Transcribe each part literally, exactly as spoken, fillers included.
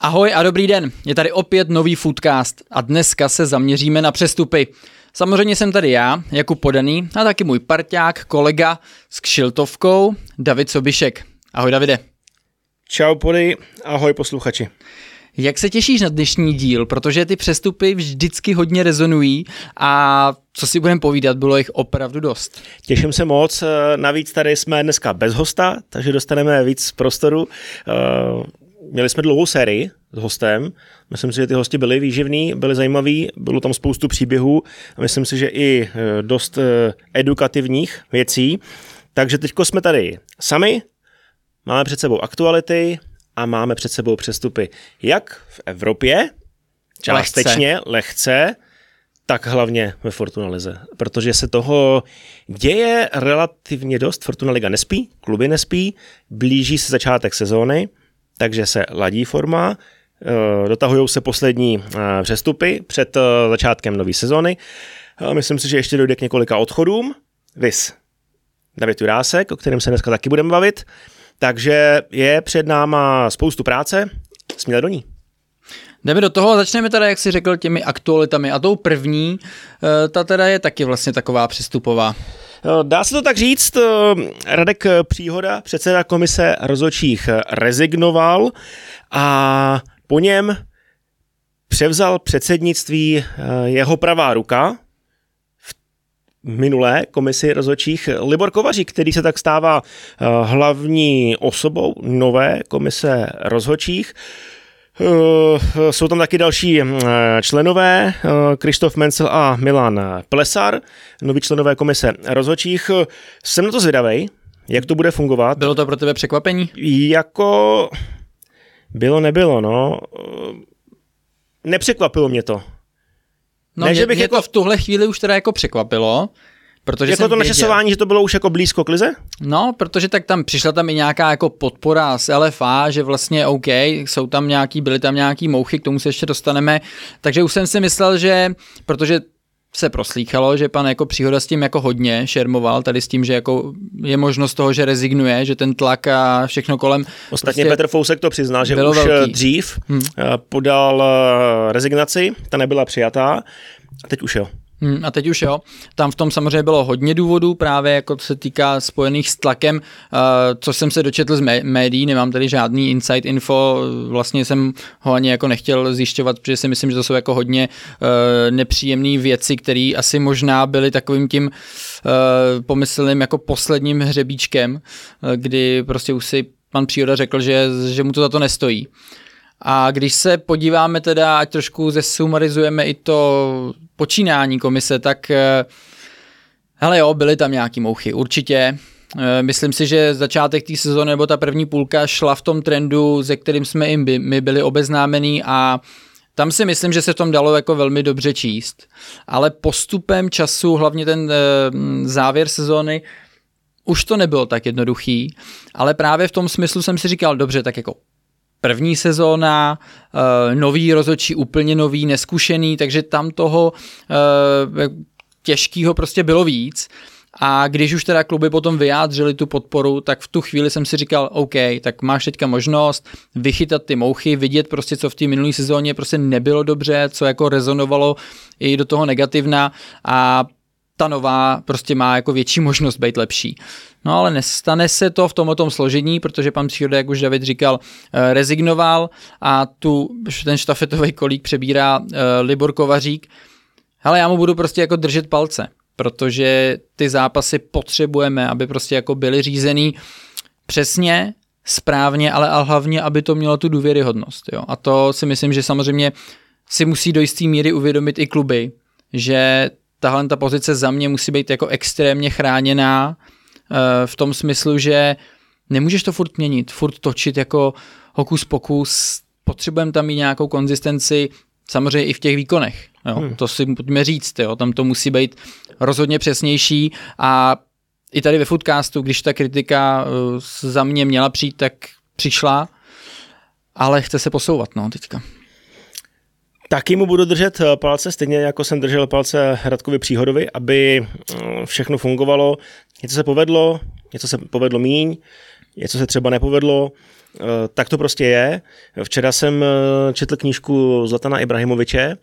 Ahoj a dobrý den, je tady opět nový Footcast a dneska se zaměříme na přestupy. Samozřejmě jsem tady já, Jakub Podaný, a taky můj parťák, kolega s kšiltovkou, David Sobišek. Ahoj Davide. Čau Pody, ahoj posluchači. Jak se těšíš na dnešní díl, protože ty přestupy vždycky hodně rezonují a co si budeme povídat, bylo jich opravdu dost. Těším se moc, navíc tady jsme dneska bez hosta, takže dostaneme víc prostoru. Měli jsme dlouhou sérii s hostem, myslím si, že ty hosti byli výživní, byli zajímaví, bylo tam spoustu příběhů a myslím si, že i dost edukativních věcí. Takže teďko jsme tady sami, máme před sebou aktuality a máme před sebou přestupy jak v Evropě, částečně, lehce, lehce tak hlavně ve Fortuna lize, protože se toho děje relativně dost. Fortuna liga nespí, kluby nespí, blíží se začátek sezóny, takže se ladí forma, dotahují se poslední přestupy před začátkem nové sezóny. Myslím si, že ještě dojde k několika odchodům. Vys David Jurásek, o kterém se dneska taky budeme bavit. Takže je před náma spoustu práce, směle do ní. Jdeme do toho a začneme teda, jak jsi řekl, těmi aktualitami. A tou první, ta teda je taky vlastně taková přestupová. Dá se to tak říct, Radek Příhoda, předseda komise rozhodčích, rezignoval a po něm převzal předsednictví jeho pravá ruka v minulé komisi rozhodčích Libor Kovařík, který se tak stává hlavní osobou nové komise rozhodčích. Jsou tam taky další členové, Krištof Mencel a Milan Plesar, noví členové komise rozhodčích. Jsem na to zvědavej, jak to bude fungovat. Bylo to pro tebe překvapení? Jako bylo, nebylo, no. Nepřekvapilo mě to. No ne, mě, že bych mě jako... to v tuhle chvíli už teda jako překvapilo. Protože jako to věděl. Načasování, že to bylo už jako blízko k lize? No, protože tak tam přišla tam i nějaká jako podpora z L F A, že vlastně OK, jsou tam nějaký, byly tam nějaký mouchy, k tomu se ještě dostaneme, takže už jsem si myslel, že, protože se proslýchalo, že pan jako Příhoda s tím jako hodně šermoval, tady s tím, že jako je možnost toho, že rezignuje, že ten tlak a všechno kolem. Ostatně prostě Petr Fousek to přiznal, že už velký. dřív hmm. podal rezignaci, ta nebyla přijatá a teď už jo. Hmm, a teď už jo, tam v tom samozřejmě bylo hodně důvodů, právě jako se týká spojených s tlakem, uh, co jsem se dočetl z mé- médií, nemám tady žádný inside info, vlastně jsem ho ani jako nechtěl zjišťovat, protože si myslím, že to jsou jako hodně uh, nepříjemné věci, které asi možná byly takovým tím uh, pomyslným jako posledním hřebíčkem, uh, kdy prostě už si pan Příhoda řekl, že, že mu to za to nestojí. A když se podíváme teda, ať trošku zesumarizujeme i to počínání komise, tak hele jo, byly tam nějaký mouchy, určitě. Myslím si, že začátek té sezóny nebo ta první půlka šla v tom trendu, ze kterým jsme i my byli obeznámení a tam si myslím, že se v tom dalo jako velmi dobře číst. Ale postupem času, hlavně ten závěr sezóny, už to nebylo tak jednoduchý, ale právě v tom smyslu jsem si říkal, dobře, tak jako první sezóna, uh, nový rozhodčí, úplně nový, neskušený, takže tam toho uh, těžkýho prostě bylo víc. A když už teda kluby potom vyjádřili tu podporu, tak v tu chvíli jsem si říkal, OK, tak máš teďka možnost vychytat ty mouchy, vidět prostě, co v té minulé sezóně prostě nebylo dobře, co jako rezonovalo i do toho negativna a ta nová prostě má jako větší možnost být lepší. No ale nestane se to v tomto složení, protože pan Příhoda, jak už David říkal, rezignoval a tu, ten štafetový kolík přebírá uh, Libor Kovařík. Hele, já mu budu prostě jako držet palce, protože ty zápasy potřebujeme, aby prostě jako byly řízený přesně, správně, ale hlavně, aby to mělo tu důvěryhodnost. Jo? A to si myslím, že samozřejmě si musí do jisté míry uvědomit i kluby, že tahle ta pozice za mě musí být jako extrémně chráněná v tom smyslu, že nemůžeš to furt měnit, furt točit jako hokus pokus, potřebujeme tam mít nějakou konzistenci, samozřejmě i v těch výkonech. Jo. Hmm. To si pojďme říct, jo. Tam to musí být rozhodně přesnější a i tady ve Footcastu, když ta kritika za mě měla přijít, tak přišla, ale chce se posouvat, no, teďka. Taky mu budu držet palce, stejně jako jsem držel palce Radkovi Příhodovi, aby všechno fungovalo. Něco se povedlo, něco se povedlo míň, něco se třeba nepovedlo. Tak to prostě je. Včera jsem četl knížku Zlatana Ibrahimoviče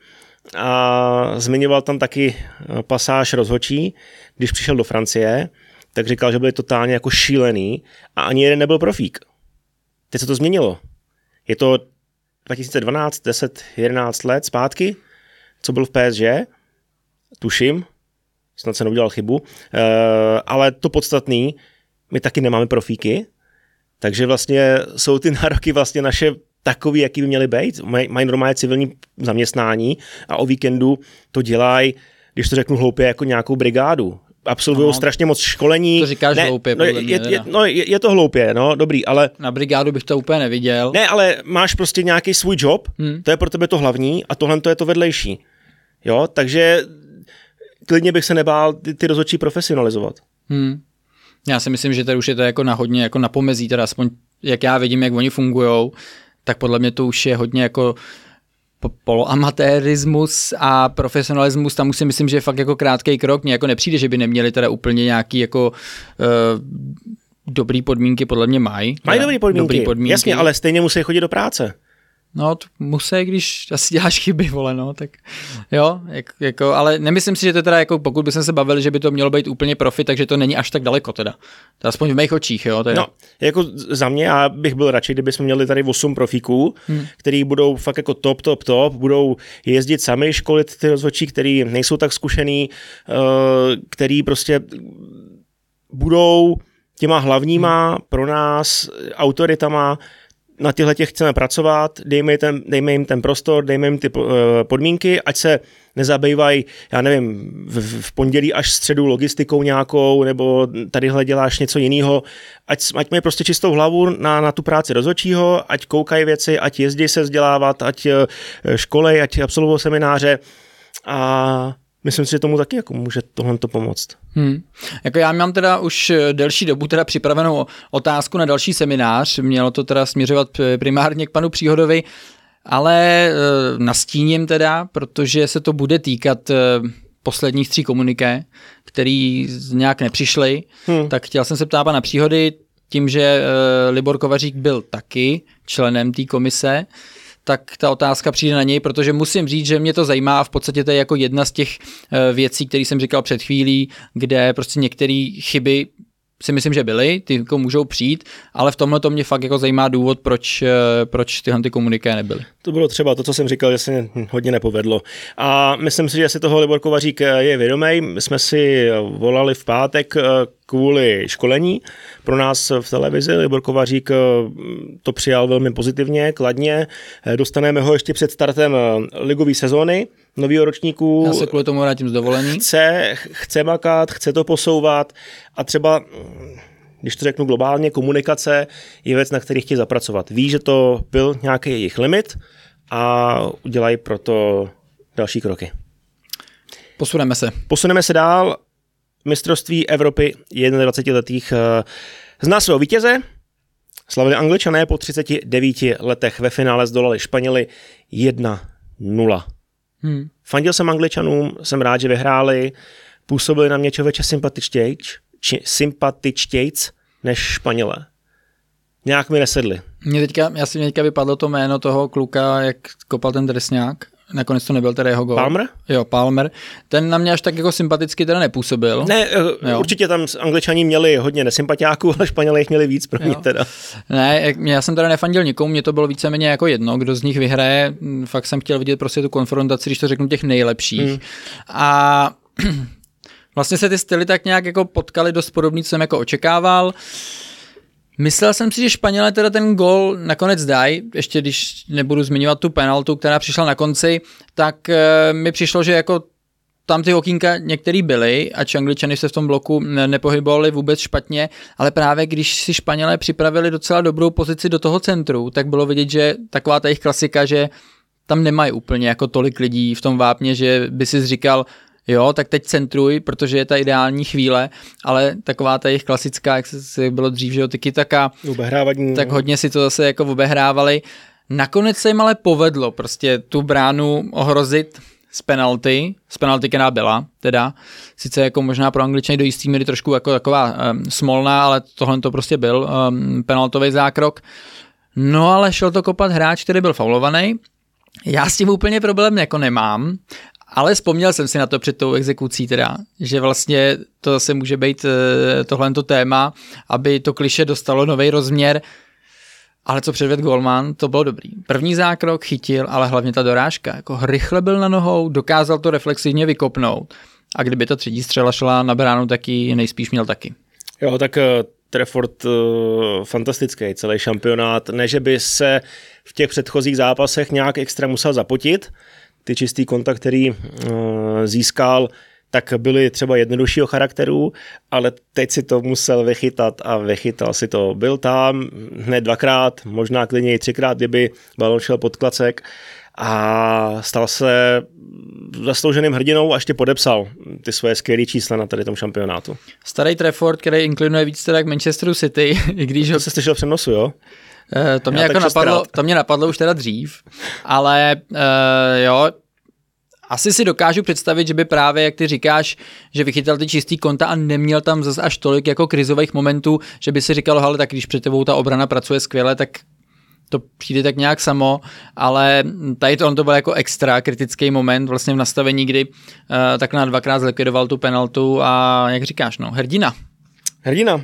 a zmiňoval tam taky pasáž rozhodčí, když přišel do Francie, tak říkal, že byli totálně jako šílený a ani jeden nebyl profík. Teď se to změnilo. Je to dva tisíce dvanáct, deset, jedenáct let zpátky, co byl v P S G, tuším, snad jsem neudělal chybu, ale to podstatný, my taky nemáme profíky, takže vlastně jsou ty nároky vlastně naše takový, jaký by měly být. Maj, mají normálně civilní zaměstnání a o víkendu to dělají, když to řeknu hloupě, jako nějakou brigádu. Absolvují no, strašně moc školení. To říkáš ne, hloupě, no, podle je, mě. Je, no, je, je to hloupě, no, dobrý, ale... Na brigádu bych to úplně neviděl. Ne, ale máš prostě nějaký svůj job, hmm. to je pro tebe to hlavní a tohle to je to vedlejší. Jo, takže klidně bych se nebál ty, ty rozhodčí profesionalizovat. Hmm. Já si myslím, že tady už je to jako na hodně jako na pomezí, teda aspoň jak já vidím, jak oni fungujou, tak podle mě to už je hodně jako poloamatérismus a profesionalismus, tam už si myslím, že je fakt jako krátký krok, mně jako nepřijde, že by neměli teda úplně nějaký jako uh, dobrý podmínky, podle mě mají. Mají dobrý podmínky, dobrý podmínky, jasně, ale stejně musí chodit do práce. No, to musí, když asi děláš chyby, vole, no, tak jo, jak, jako, ale nemyslím si, že to teda, jako pokud bychom se bavili, že by to mělo být úplně profi, takže to není až tak daleko teda. To aspoň v mých očích, jo. To je... No, jako za mě, já bych byl radši, kdyby jsme měli tady osm profíků, hmm. který budou fakt jako top, top, top, budou jezdit sami, školit ty rozhodčí, který nejsou tak zkušený, který prostě budou těma hlavníma hmm. pro nás autoritama. Na těchto těch chceme pracovat, dejme jim, ten, dejme jim ten prostor, dejme jim ty podmínky, ať se nezabývají, já nevím, v, v pondělí až středu logistikou nějakou, nebo tadyhle děláš něco jiného, ať, ať mají prostě čistou hlavu na, na tu práci rozhodčího, ať koukají věci, ať jezdí se vzdělávat, ať školej, ať absolvují semináře a myslím si, že tomu taky jako může tohle to pomoct. Hmm. Jako já mám teda už delší dobu teda připravenou otázku na další seminář, mělo to teda směřovat primárně k panu Příhodovi, ale nastíním teda, protože se to bude týkat posledních tří komuniké, který nějak nepřišly, hmm. tak chtěl jsem se ptát pana Příhody, tím, že Libor Kovařík byl taky členem té komise, tak ta otázka přijde na něj, protože musím říct, že mě to zajímá a v podstatě to je jako jedna z těch věcí, které jsem říkal před chvílí, kde prostě některé chyby si myslím, že byly, ty jako můžou přijít, ale v tomhle to mě fakt jako zajímá důvod, proč, proč tyhle ty komuniké nebyly. To bylo třeba to, co jsem říkal, že se hodně nepovedlo. A myslím si, že si toho Libor Kovařík je vědomý. My jsme si volali v pátek kvůli školení pro nás v televizi. Libor Kovařík to přijal velmi pozitivně, kladně. Dostaneme ho ještě před startem ligové sezóny, novýho ročníku. Já se kvůli tomu vrátím z dovolení. Chce, chce makat, chce to posouvat a třeba, když to řeknu globálně, komunikace je věc, na který chtějí zapracovat. Ví, že to byl nějaký jejich limit a udělají proto další kroky. Posuneme se. Posuneme se dál. Mistrovství Evropy dvacetiletých zná svého vítěze. Slavili Angličané po třiceti devíti letech, ve finále zdolali Španěli jedna nula. Hmm. Fandil jsem Angličanům, jsem rád, že vyhráli, působili na mě člověče sympatičtějc, sympatičtějc než Španělé. Nějak mi nesedli. Mě teďka, já si mě teďka vypadlo to jméno toho kluka, jak kopal ten dresňák. Nakonec to nebyl teda jeho gól. Palmer? Jo, Palmer. Ten na mě až tak jako sympaticky teda nepůsobil. Ne, jo. Určitě tam Angličani měli hodně nesympatiáků, ale Španělé jich měli víc pro mě teda. Ne, já jsem teda nefandil nikomu, mě to bylo víceméně jako jedno, kdo z nich vyhraje. Fakt jsem chtěl vidět prostě tu konfrontaci, když to řeknu, těch nejlepších. Hmm. A vlastně se ty styly tak nějak jako potkali dost podobný, co jsem jako očekával. Myslel jsem si, že Španělé teda ten gól nakonec dají, ještě když nebudu zmiňovat tu penaltu, která přišla na konci, tak e, mi přišlo, že jako tam ty okýnka některý byly, ač Angličani se v tom bloku nepohybovali vůbec špatně, ale právě když si Španělé připravili docela dobrou pozici do toho centru, tak bylo vidět, že taková ta jejich klasika, že tam nemají úplně jako tolik lidí v tom vápně, že by si říkal, jo, tak teď centruj, protože je ta ideální chvíle, ale taková ta jejich klasická, jak se bylo dřív, že jo, tiki-taka, tak hodně si to zase jako obehrávali. Nakonec se jim ale povedlo prostě tu bránu ohrozit z penalty, z penalty, která byla, teda, sice jako možná pro Angličany do jistý míry trošku jako taková um, smolná, ale tohle to prostě byl um, penaltový zákrok. No ale šel to kopat hráč, který byl faulovaný. Já s tím úplně problém jako nemám, ale vzpomněl jsem si na to před tou exekucí teda, že vlastně to zase může být tohleto téma, aby to klišé dostalo nový rozměr, ale co předvedl golman, to bylo dobrý. První zákrok chytil, ale hlavně ta dorážka, jako rychle byl na nohou, dokázal to reflexivně vykopnout a kdyby ta třetí střela šla na bránu, taky nejspíš měl taky. Jo, tak Trafford uh, fantastický, celý šampionát, ne, že by se v těch předchozích zápasech nějak extra musel zapotit, ty čistý konta, který uh, získal, tak byly třeba jednoduššího charakteru, ale teď si to musel vychytat a vychytal si to. Byl tam hned dvakrát, možná klidně i třikrát, kdyby balon šel pod klacek a stal se zaslouženým hrdinou a ještě podepsal ty svoje skvělé čísla na tady tom šampionátu. Starý Trafford, který inklinuje víc teda k Manchesteru City, i když ho... To jsi slyšel v přenosu, jo? Uh, to, mě jako napadlo, to mě napadlo už teda dřív, ale uh, jo, asi si dokážu představit, že by právě, jak ty říkáš, že vychytal ty čistý konta a neměl tam zase až tolik jako krizových momentů, že by si říkalo, hele, tak když před tebou ta obrana pracuje skvěle, tak to přijde tak nějak samo, ale tady to on to byl jako extra kritický moment vlastně v nastavení, kdy uh, takhle na dvakrát zlikvidoval tu penaltu a jak říkáš, no, hrdina. Hrdina.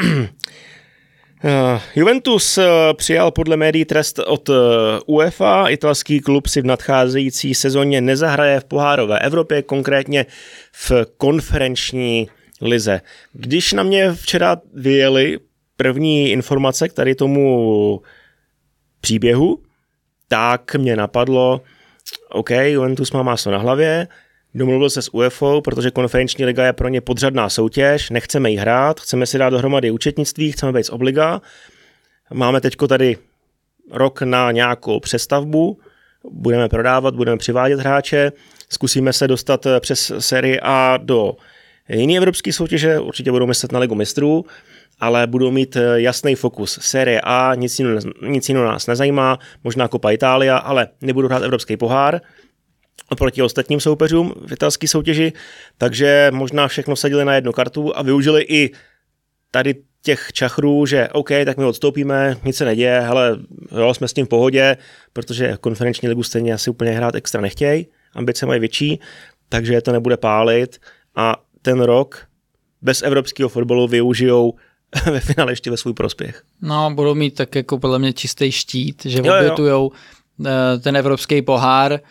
Uh, Juventus uh, přijal podle médií trest od uh, UEFA. Italský klub si v nadcházející sezóně nezahraje v pohárové Evropě, konkrétně v konferenční lize. Když na mě včera vyjeli první informace k tady tomu příběhu, tak mě napadlo, OK, Juventus má máslo na hlavě, domluvil se s UEFA, protože konferenční liga je pro ně podřadná soutěž, nechceme jí hrát, chceme si dát dohromady účetnictví, chceme být z obliga. Máme teďko tady rok na nějakou přestavbu, budeme prodávat, budeme přivádět hráče, zkusíme se dostat přes sérii A do jiné evropské soutěže, určitě budou myslet na Ligu mistrů, ale budou mít jasný fokus. Série A, nic jiného, nic jiného nás nezajímá, možná Copa Italia, ale nebudou hrát evropský pohár oproti ostatním soupeřům v italské soutěži, takže možná všechno sadili na jednu kartu a využili i tady těch čachrů, že OK, tak my odstoupíme, nic se neděje, hele, jo, jsme s tím v pohodě, protože konferenční ligu stejně asi úplně hrát extra nechtějí, ambice mají větší, takže to nebude pálit a ten rok bez evropského fotbalu využijou ve finále ještě ve svůj prospěch. No, budou mít tak jako podle mě čistý štít, že obětujou ten evropský pohár.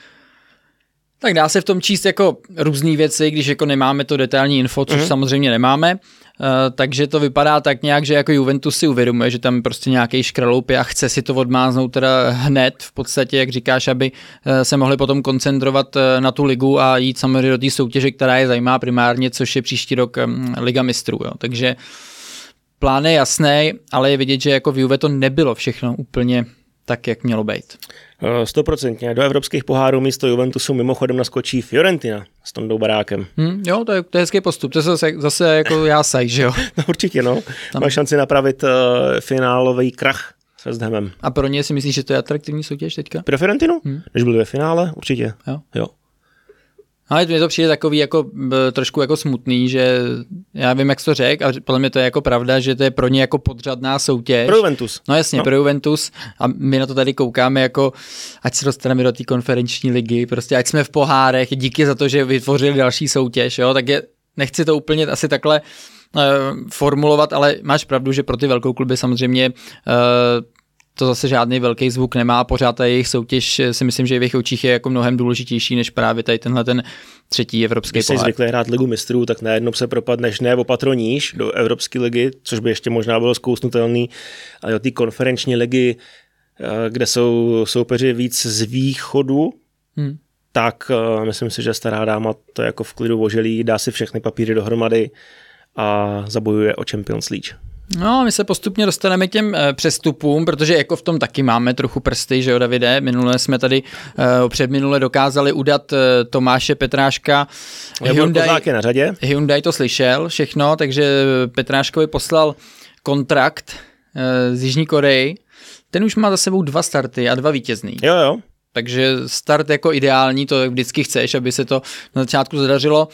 Tak dá se v tom číst jako různý věci, když jako nemáme to detailní info, což mm. samozřejmě nemáme, uh, takže to vypadá tak nějak, že jako Juventus si uvědomuje, že tam prostě nějaký škraloup a chce si to odmáznout teda hned v podstatě, jak říkáš, aby uh, se mohli potom koncentrovat uh, na tu ligu a jít samozřejmě do té soutěže, která je zajímá primárně, což je příští rok um, Liga mistrů, jo. Takže plán je jasný, ale je vidět, že jako v Juve to nebylo všechno úplně tak, jak mělo být. Stoprocentně. Do evropských pohárů místo Juventusu mimochodem naskočí Fiorentina s Tondou Barákem. Hmm, jo, to je, to je hezký postup. To je zase, zase jako jásaj, že jo? No určitě, no. Tam. Má šanci napravit uh, finálový krach s West Hamem. A pro ně si myslíš, že to je atraktivní soutěž teďka? Pro Fiorentinu? Hmm. Když byli ve finále, určitě. Jo. Jo. Ale mně to přijde takový jako b, trošku jako smutný, že já vím, jak jsi to řekl, a podle mě to je jako pravda, že to je pro ně jako podřadná soutěž. Pro Juventus. No jasně, no. Pro Juventus a my na to tady koukáme jako, ať se dostaneme do té konferenční ligy, prostě ať jsme v pohárech, díky za to, že vytvořili další soutěž, jo, tak je, nechci to úplně asi takhle uh, formulovat, ale máš pravdu, že pro ty velkou kluby samozřejmě uh, to zase žádný velký zvuk nemá, pořád ta jejich soutěž si myslím, že v jejich očích je jako mnohem důležitější než právě tady tenhle ten třetí evropský pohár. Když jsi zvyklý hrát Ligu mistrů, tak najednou se propadneš ne o patro níž do Evropské ligy, což by ještě možná bylo zkousnutelný, ale do té konferenční ligy, kde jsou soupeři víc z východu, hmm. tak myslím si, že stará dáma to jako v klidu oželí, dá si všechny papíry dohromady a zabojuje o Champions League. No, my se postupně dostaneme k těm e, přestupům, protože jako v tom taky máme trochu prsty, že jo, Davide? Minule jsme tady e, předminule dokázali udat e, Tomáše Petráška. Hyundai, na řadě. Hyundai to slyšel všechno, takže Petráškovi poslal kontrakt e, z Jižní Koreji. Ten už má za sebou dva starty a dva vítězný. Jo, jo. Takže start jako ideální, to vždycky chceš, aby se to na začátku zadařilo.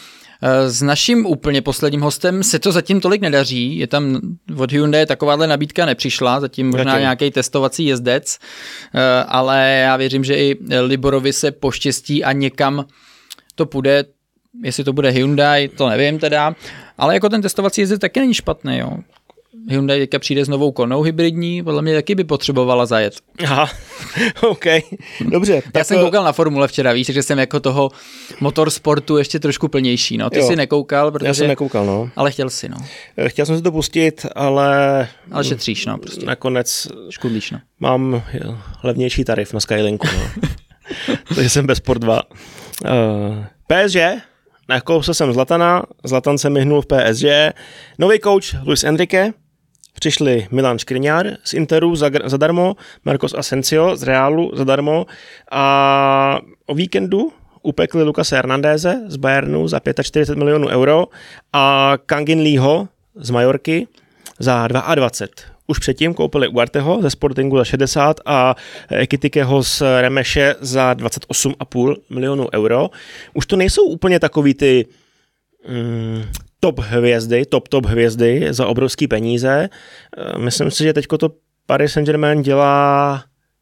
S naším úplně posledním hostem se to zatím tolik nedaří, je tam od Hyundai takováhle nabídka nepřišla, zatím možná zatím. Nějaký testovací jezdec, ale já věřím, že i Liborovi se poštěstí a někam to půjde, jestli to bude Hyundai, to nevím teda, ale jako ten testovací jezdec taky není špatný, jo. Hyundai teďka přijde s novou konou hybridní, podle mě taky by potřebovala zajet. Aha, OK, dobře. Já tak jsem koukal na formule včera, víš, že jsem jako toho motorsportu ještě trošku plnější, no. Ty jo, jsi nekoukal, protože... Já jsem nekoukal, no. Ale chtěl jsi, no. Chtěl jsem si to pustit, ale... Ale šetříš, no, prostě. Nakonec... Škudlíš, no. Mám levnější tarif na Skylinku, no. Takže jsem bez Sport dva. Uh, P S G... Nakoupil jsem Zlatana, Zlatan se mi hnul v P S G. Nový coach Luis Enrique, přišli Milan Skriniar z Interu zadarmo, Marcos Asensio z Realu zadarmo a o víkendu upekli Lucase Hernandéze z Bayernu za čtyřicet pět milionů euro a Kangin Leeho z Majorky za dvacet dva. Už předtím koupili Uarteho ze Sportingu za šedesát a Ekitikeho z Remeše za dvacet osm celá pět milionů euro. Už to nejsou úplně takový ty mm, top hvězdy, top top hvězdy za obrovský peníze. Myslím si, že teďko to Paris Saint-Germain dělá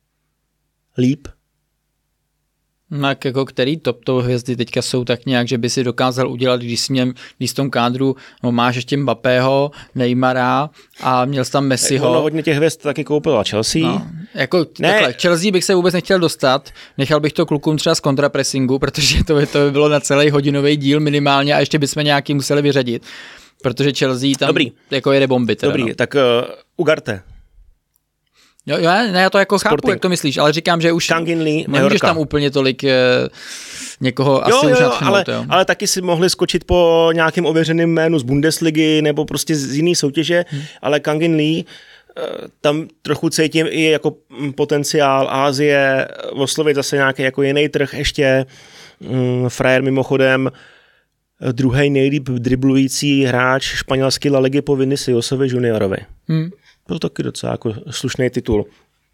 líp. No, jako který top top hvězdy teďka jsou tak nějak, že by si dokázal udělat, když jsi měl, když v tom kádru no, máš ještě Mbappého, Neymara a měl jsi tam Messiho. Ono hodně těch hvězd taky koupila Chelsea. No, jako ne. Takhle, Chelsea bych se vůbec nechtěl dostat, nechal bych to klukům třeba z kontrapressingu, protože to by, to by bylo na celý hodinový díl minimálně a ještě bychom nějaký museli vyřadit, protože Chelsea tam Dobrý. Jako jede bomby. Teda, Dobrý, no. tak uh, Ugarte. Jo, jo, ne, já to jako Sporting. Chápu, jak to myslíš, ale říkám, že už Lee, nemůžeš tam úplně tolik e, někoho jo, asi jo, už jo, natchnout. Ale, jo. ale taky si mohli skočit po nějakým ověřeným jménu z Bundesligy nebo prostě z jiný soutěže, hmm. ale Kangin Lee, tam trochu cítím i jako potenciál Asie, oslovit zase nějaký jako jiný trh ještě. Frajer mimochodem druhý nejlíp driblující hráč španělské La Ligy po Viniciusovi juniorovi. Hmm. Byl taky docela jako slušný titul.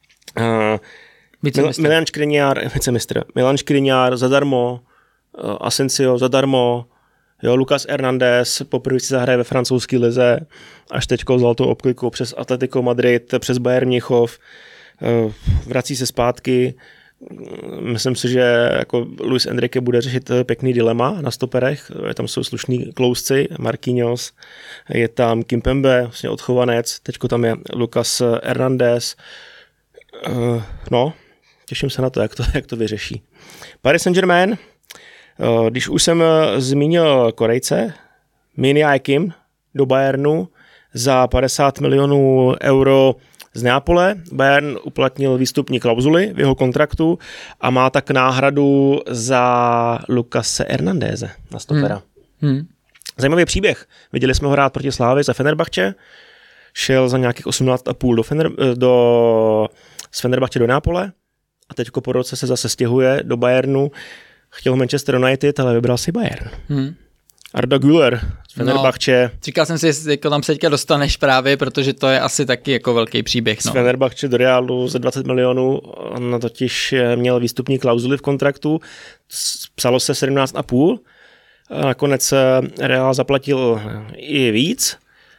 Uh, Mil- Milan Skriniar, vicemistr, Milan Skriniar zadarmo, uh, Asensio zadarmo, jo, Lucas Hernandez poprvé si zahraje ve francouzské lize, až teďko zlatou obklikou přes Atletico Madrid, přes Bayern Mnichov, uh, vrací se zpátky. Myslím si, že jako Luis Enrique bude řešit pěkný dilema na stoperech. Tam jsou slušní klousci, Marquinhos, je tam Kimpembe, vlastně odchovanec, teďko tam je Lucas Hernandez. No, těším se na to, jak to, jak to vyřeší. Paris Saint-Germain, když už jsem zmínil Korejce, Min Jae Kim do Bayernu za padesát milionů euro z Neapole. Bayern uplatnil výstupní klauzuly v jeho kontraktu a má tak náhradu za Lucase Hernandéze na stopera. Hmm. Hmm. Zajímavý příběh. Viděli jsme ho hrát proti Slávii za Fenerbahče. Šel za nějakých osmnáct a půl do, Fener, do z Fenerbahče do Neapole a teďko po roce se zase stěhuje do Bayernu. Chtěl Manchester United, ale vybral si Bayern. Hmm. Arda Güler z Fenerbahče. No, říkal jsem si, jestli jako tam se teďka dostaneš právě, protože to je asi taky jako velký příběh. No. Z Fenerbahče do Realu za dvacet milionů, on totiž měl výstupní klauzuly v kontraktu, psalo se sedmnáct a půl, a nakonec Real zaplatil i víc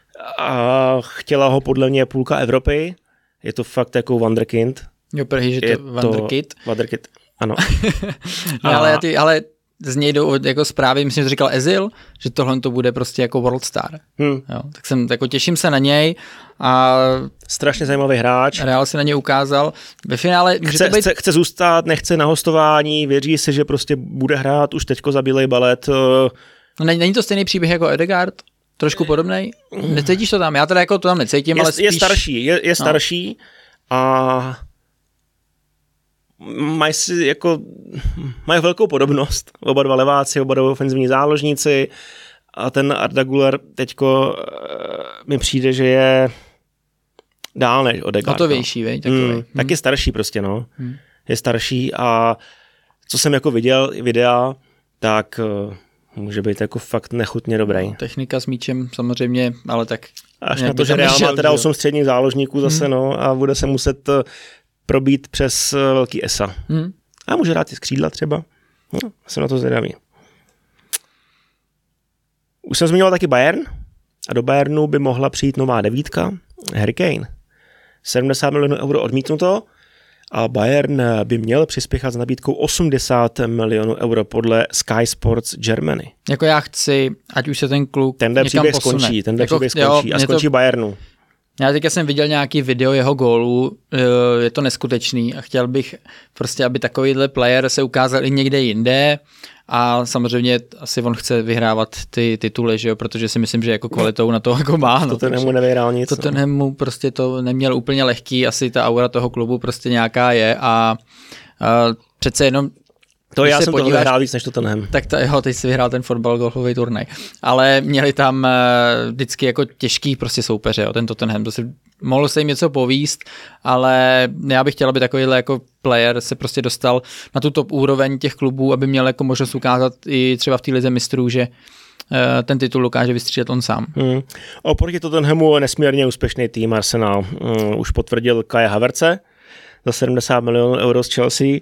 a chtěla ho podle mě půlka Evropy, je to fakt jako wunderkind. Jo, prý, že to je wunderkid. Wunderkid, ano. no, ale, ty, ale z něj jdou jako zprávy, myslím, že to říkal Ezil, že tohle to bude prostě jako world star. Hmm. Jo, tak jsem, jako těším se na něj a strašně zajímavý hráč. Real se na něj ukázal. Ve finále může chce, to být... chce, chce zůstat, nechce na hostování, věří si, že prostě bude hrát už teďko za bílej balet. No, není to stejný příběh jako Ødegaard? Trošku podobnej? Necítíš to tam? Já teda jako to tam necítím, je, ale spíš... Je starší, je, je starší no. a mají si jako, mají velkou podobnost. Oba dva leváci, oba dva ofenzivní záložníci a ten Arda Güler teďko mi přijde, že je dál než Ødegaard. Hotovější, veď? Takový. Mm, hmm. Tak je starší prostě, no. Hmm. Je starší a co jsem jako viděl videa, tak může být jako fakt nechutně dobrý. No, technika s míčem samozřejmě, ale tak... Až na to, že Real má teda osm středních záložníků zase, hmm. no, a bude se muset probít přes velký esa. Hmm. A může hrát i z křídla třeba. No, jsem na to zvědavý. Už jsem zmiňoval taky Bayern a do Bayernu by mohla přijít nová devítka, Harry Kane. sedmdesát milionů euro odmítnuto a Bayern by měl přispěchat s nabídkou osmdesát milionů euro podle Sky Sports Germany. Jako já chci, ať už se ten kluk tenhle někam příběh posune. Skončí, tenhle jako, příběh skončí jo, a skončí to... Bayernu. Já teďka jsem viděl nějaký video jeho gólů, je to neskutečný a chtěl bych prostě, aby takovýhle player se ukázal i někde jinde a samozřejmě asi on chce vyhrávat ty tituly, že jo, protože si myslím, že jako kvalitou na to jako má. No, to nemu nevyhrál nic. To nemu prostě to neměl úplně lehký, asi ta aura toho klubu prostě nějaká je a, a přece jenom to já jsem podíváš, to vyhrál víc než to tenhle. Tak to, jo, teď si vyhrál ten fotbal golfový turnaj. Ale měli tam uh, vždycky jako těžký prostě soupeře, jo, ten Tottenham. To si, mohlo se jim něco povíst, ale já bych chtěl, aby takovýhle jako player se prostě dostal na tu top úroveň těch klubů, aby měl jako možnost ukázat i třeba v té lize mistrů, že uh, ten titul dokáže vystřílet on sám. Hmm. Oproti Tottenhamu nesmírně úspěšný tým Arsenal. Um, už potvrdil Kaje Havertze za sedmdesát milionů euro z Chelsea.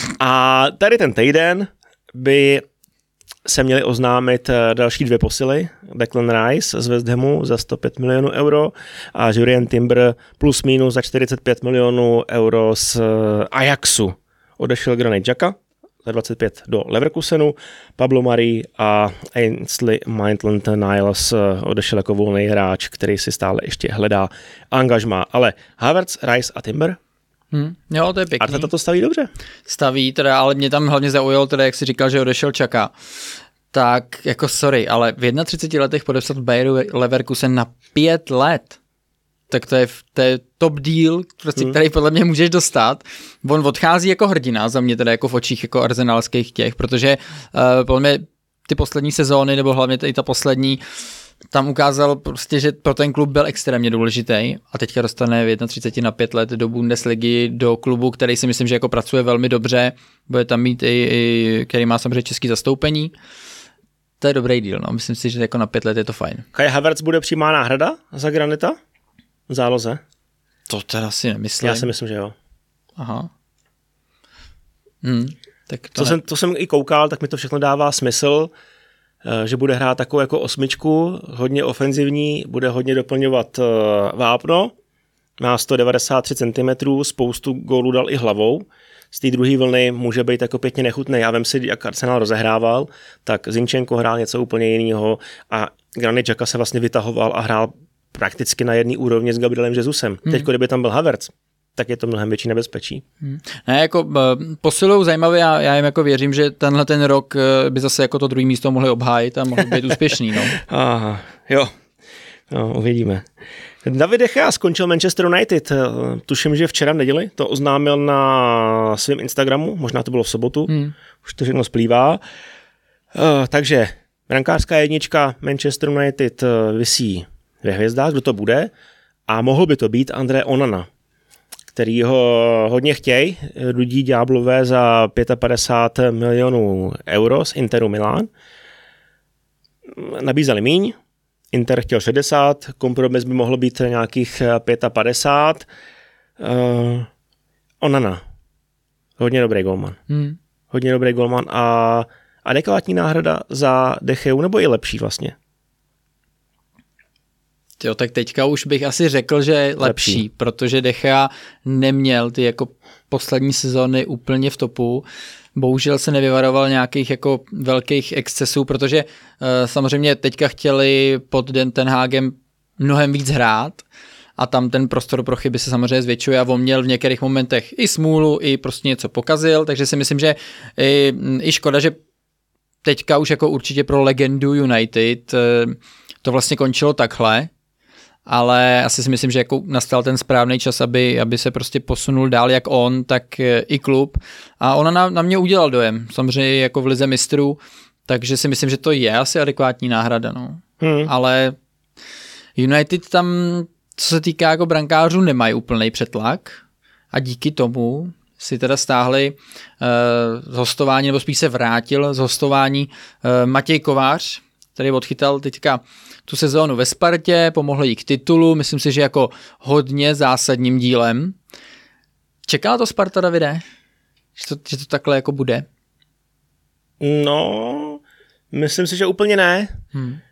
A tady ten týden by se měli oznámit další dvě posily. Declan Rice z West Hamu za sto pět milionů euro a Jurien Timber plus minus za čtyřicet pět milionů euro z Ajaxu. Odešel Granit Xhaka za dvacet pět do Leverkusenu, Pablo Mari a Ainsley Maitland-Niles odešel jako volný hráč, který si stále ještě hledá angažmá. Ale Havertz, Rice a Timber Hmm, jo, to je pěkný. Arteta to staví dobře. Staví, teda, ale mě tam hlavně zaujalo, teda, jak jsi říkal, že odešel Čaka. Tak jako sorry, ale v třiceti jedné letech podepsat Bayeru Leverkusen na pět let, tak to je, to je top deal, prostě, hmm. který podle mě můžeš dostat. On odchází jako hrdina, za mě teda jako v očích jako arsenalských těch, protože uh, podle mě ty poslední sezóny, nebo hlavně i ta poslední, tam ukázal prostě, že pro ten klub byl extrémně důležitý a teďka dostane v třiceti jedné na pět let do Bundesligy, do klubu, který si myslím, že jako pracuje velmi dobře, bude tam mít i, i který má samozřejmě český zastoupení. To je dobrý deal, no. Myslím si, že jako na pět let je to fajn. Kai Havertz bude přímá náhrada za Granita v záloze? To teda si nemyslím. Já si myslím, že jo. Aha. Hmm, tak to, to, jsem, to jsem i koukal, tak mi to všechno dává smysl, že bude hrát takovou jako osmičku, hodně ofenzivní, bude hodně doplňovat vápno, má sto devadesát tři centimetrů, spoustu gólů dal i hlavou, z té druhé vlny může být jako pěkně nechutný. Já vím si, jak Arsenal rozehrával, tak Zinchenko hrál něco úplně jiného a Granit Xhaka se vlastně vytahoval a hrál prakticky na jedné úrovni s Gabrielem Jesusem. Hmm. Teď, kdyby tam byl Havertz, tak je to mnohem větší nebezpečí. Hmm. Ne, jako posilou zajímavé, já, já jim jako věřím, že tenhle ten rok by zase jako to druhé místo mohli obhájit a mohli být úspěšný. No. Aha, jo, no, uvidíme. David De Gea skončil Manchester United. Tuším, že včera v neděli to oznámil na svém Instagramu, možná to bylo v sobotu, hmm. už to všechno splývá. Uh, takže brankářská jednička Manchester United visí ve hvězdách, kdo to bude, a mohl by to být André Onana, který ho hodně chtějí, Rudí ďáblové za padesát pět milionů euro z Interu Milán. Nabízeli míň, Inter chtěl šedesát, kompromis by mohl být nějakých padesát pět. Uh, Onana, hodně dobrý golman. Hmm. Hodně dobrý golman a adekvátní náhrada za De Geu, nebo i lepší vlastně? Jo, tak teďka už bych asi řekl, že je lepší, lepší, protože De Gea neměl ty jako poslední sezóny úplně v topu. Bohužel se nevyvaroval nějakých jako velkých excesů, protože uh, samozřejmě teďka chtěli pod Ten Hagem mnohem víc hrát a tam ten prostor pro chyby se samozřejmě zvětšuje a on měl v některých momentech i smůlu, i prostě něco pokazil, takže si myslím, že i, i škoda, že teďka už jako určitě pro legendu United uh, to vlastně končilo takhle, ale asi si myslím, že jako nastal ten správný čas, aby, aby se prostě posunul dál jak on, tak i klub. A ona na, na mě udělal dojem, samozřejmě jako v lize mistrů, takže si myslím, že to je asi adekvátní náhrada. No. Hmm. Ale United tam, co se týká jako brankářů, nemají úplný přetlak a díky tomu si teda stáhli uh, z hostování, nebo spíš se vrátil z hostování uh, Matěj Kovář, který odchytal teďka tu sezónu ve Spartě, pomohl jí k titulu, myslím si, že jako hodně zásadním dílem. Čekala to Sparta, Davide? Že to, že to takhle jako bude? No, myslím si, že úplně ne. Hmm.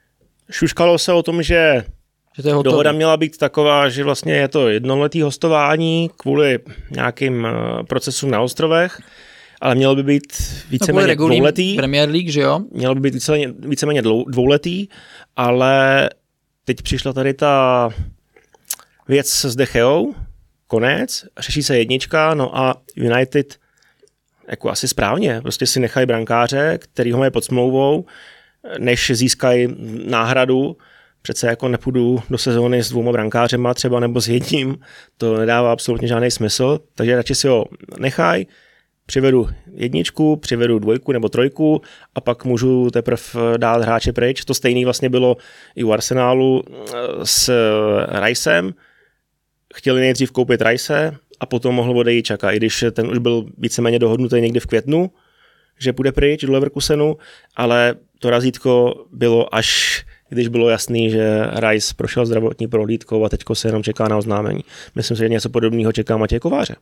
šuškalo se o tom, že, že to je dohoda měla být taková, že vlastně je to jednoletý hostování kvůli nějakým procesům na ostrovech, ale mělo by být víceméně no, dvouletý. Premier League, že jo? Mělo by být víceméně, víceméně dvouletý, ale teď přišla tady ta věc s De Geou, konec, řeší se jednička, no a United jako asi správně, prostě si nechají brankáře, který ho mají pod smlouvou, než získají náhradu. Přece jako nepůjdu do sezóny s dvouma brankářema třeba nebo s jedním, to nedává absolutně žádný smysl, takže radši si ho nechají, přivedu jedničku, přivedu dvojku nebo trojku a pak můžu teprve dát hráče pryč. To stejné vlastně bylo i u Arsenálu s Ricem. Chtěli nejdřív koupit Rice a potom mohl odejít Čaka, i když ten už byl víceméně dohodnutý někdy v květnu, že půjde pryč do Leverkusenu, ale to razítko bylo až, když bylo jasný, že Rice prošel zdravotní prohlídkou a teďko se jenom čeká na oznámení. Myslím si, že něco podobného čeká Matěj Kováře.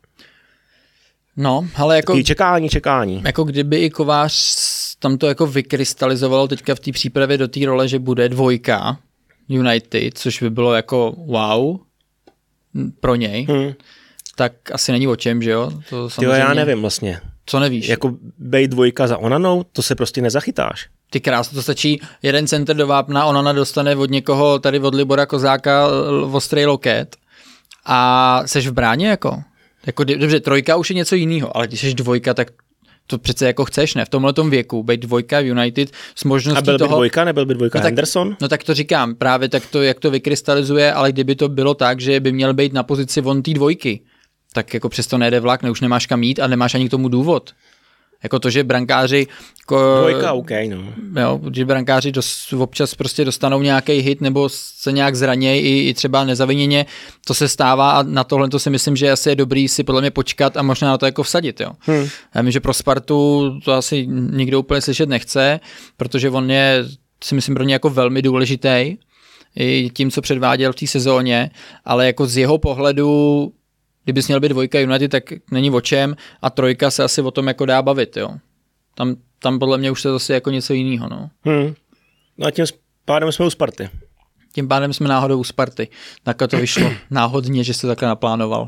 No, ale jako... Taký čekání, čekání. Jako kdyby i Kovář tam to jako vykrystalizovalo teďka v té přípravě do té role, že bude dvojka United, což by bylo jako wow pro něj, hmm. tak asi není o čem, že jo? To samozřejmě... Jo, já nevím vlastně. Co nevíš? Jako bejt dvojka za Onanou, to se prostě nezachytáš. Ty krásno, to stačí jeden center do vápna, Onana dostane od někoho tady od Libora Kozáka ostrý loket a seš v bráně jako? Jako dobře, trojka už je něco jiného, ale když jsi dvojka, tak to přece jako chceš, ne? V tomhletom věku, být dvojka v United s možností toho... A byl by toho... dvojka, nebyl by dvojka no tak, Henderson? No tak to říkám, právě tak to, jak to vykrystalizuje, ale kdyby to bylo tak, že by měl být na pozici von té dvojky, tak jako přesto nejde vlak, ne, už nemáš kam jít a nemáš ani k tomu důvod. Jako to, že brankáři... Ko, Dvojka, OK, no. Jo, že brankáři dos, občas prostě dostanou nějaký hit nebo se nějak zranějí i, i třeba nezaviněně, to se stává a na tohle to si myslím, že asi je dobrý si podle mě počkat a možná na to jako vsadit, jo. Hmm. Já vím, že pro Spartu to asi nikdo úplně slyšet nechce, protože on je, si myslím, pro ně jako velmi důležitý i tím, co předváděl v té sezóně, ale jako z jeho pohledu kdybys měl být dvojka United, tak není o čem a trojka se asi o tom jako dá bavit, jo. Tam, tam podle mě už to zase jako něco jiného, no. Hmm. No a tím pádem jsme u Sparty. Tím pádem jsme náhodou u Sparty. Takhle to vyšlo náhodně, že se takhle naplánoval.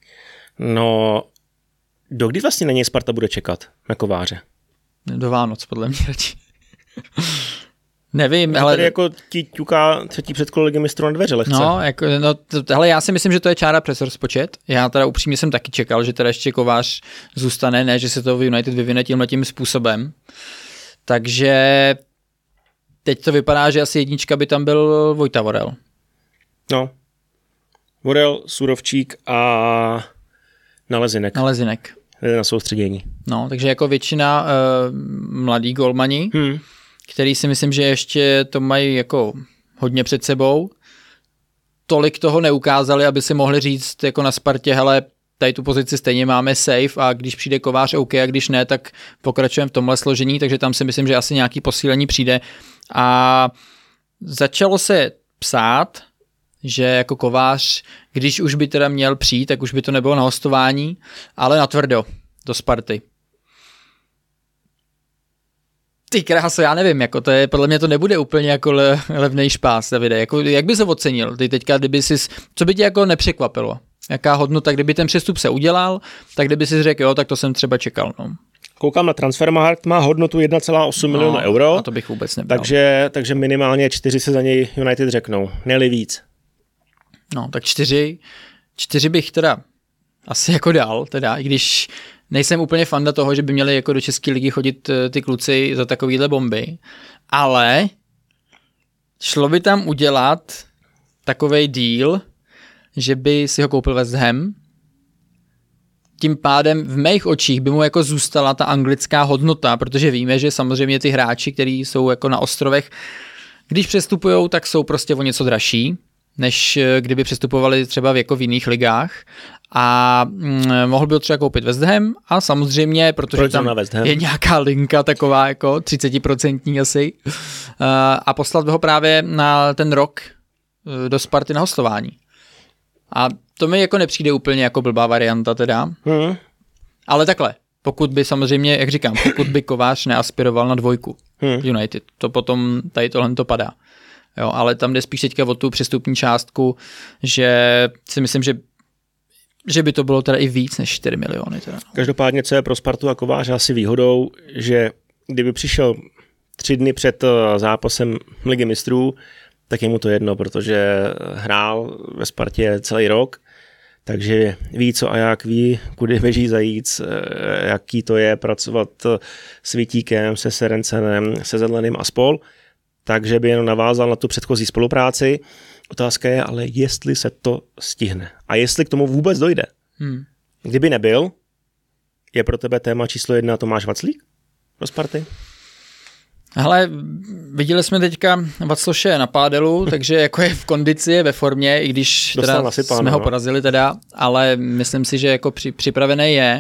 No, dokdy vlastně na něj Sparta bude čekat na Kováře? Do Vánoc, podle mě radši. Nevím, ale... Tady jako ti ťuká třetí předkolo ligy mistrů na dveře lehce. No, jako, no to, hele, já si myslím, že to je čára přes rozpočet. Já teda upřímně jsem taky čekal, že teda ještě Kovář zůstane, ne, že se to v United vyvine tímhletím způsobem. Takže teď to vypadá, že asi jednička by tam byl Vojta Vorel. No. Vorel, Surovčík a Nalezinek. Nalezinek. Na soustředění. No, takže jako většina uh, mladý golmani, hmm. který si myslím, že ještě to mají jako hodně před sebou. Tolik toho neukázali, aby si mohli říct jako na Spartě, hele, tady tu pozici stejně máme safe a když přijde Kovář OK a když ne, tak pokračujeme v tomhle složení, takže tam si myslím, že asi nějaký posílení přijde. A začalo se psát, že jako Kovář, když už by teda měl přijít, tak už by to nebylo na hostování, ale na tvrdo do Sparty. Ty kráso, já nevím, jako to je, podle mě to nebude úplně jako le, levnej špás, Davide, jako, jak by se ocenil, ty teďka, kdyby jsi, co by tě jako nepřekvapilo, jaká hodnota, kdyby ten přestup se udělal, tak kdyby si řekl, jo, tak to jsem třeba čekal, no. Koukám na Transfermarkt, má hodnotu jedna celá osm no, milionu euro, a to bych vůbec nebral. takže, takže minimálně čtyři se za něj United řeknou, ne-li víc. No, tak čtyři, čtyři bych teda asi jako dal, teda, i když nejsem úplně fanda toho, že by měli jako do České ligy chodit ty kluci za takovýhle bomby, ale šlo by tam udělat takovej deal, že by si ho koupil West Ham, tím pádem v mých očích by mu jako zůstala ta anglická hodnota, protože víme, že samozřejmě ty hráči, kteří jsou jako na ostrovech, když přestupujou, tak jsou prostě o něco dražší, než kdyby přestupovali třeba v jako v jiných ligách. A mm, mohl by třeba koupit West Ham a samozřejmě, protože Proč tam je nějaká linka taková jako třicet procent asi uh, a poslat ho právě na ten rok uh, do Sparty na hostování. A to mi jako nepřijde úplně jako blbá varianta teda. Hmm. Ale takhle, pokud by samozřejmě, jak říkám, pokud by Kovář neaspiroval na dvojku hmm. United, to potom tady tohle to padá. jo, ale tam jde spíš teďka o tu přestupní částku, že si myslím, že že by to bylo teda i víc než čtyři miliony. Teda. Každopádně, co je pro Spartu a Kováře asi výhodou, že kdyby přišel tři dny před zápasem Ligy mistrů, tak je mu to jedno, protože hrál ve Spartě celý rok, takže ví co a jak, ví, kudy běží zajíc, jaký to je pracovat s Vítíkem, se Serencenem, se Zedleným a spol, takže by jenom navázal na tu předchozí spolupráci. Otázka je ale, jestli se to stihne a jestli k tomu vůbec dojde. Hmm. Kdyby nebyl, je pro tebe téma číslo jedna Tomáš Vaclík do Sparty? Hele, viděli jsme teďka Vacloše na pádelu, takže jako je v kondici, je ve formě, i když teda nasypáno, jsme ho porazili teda, ale myslím si, že jako při, připravený je.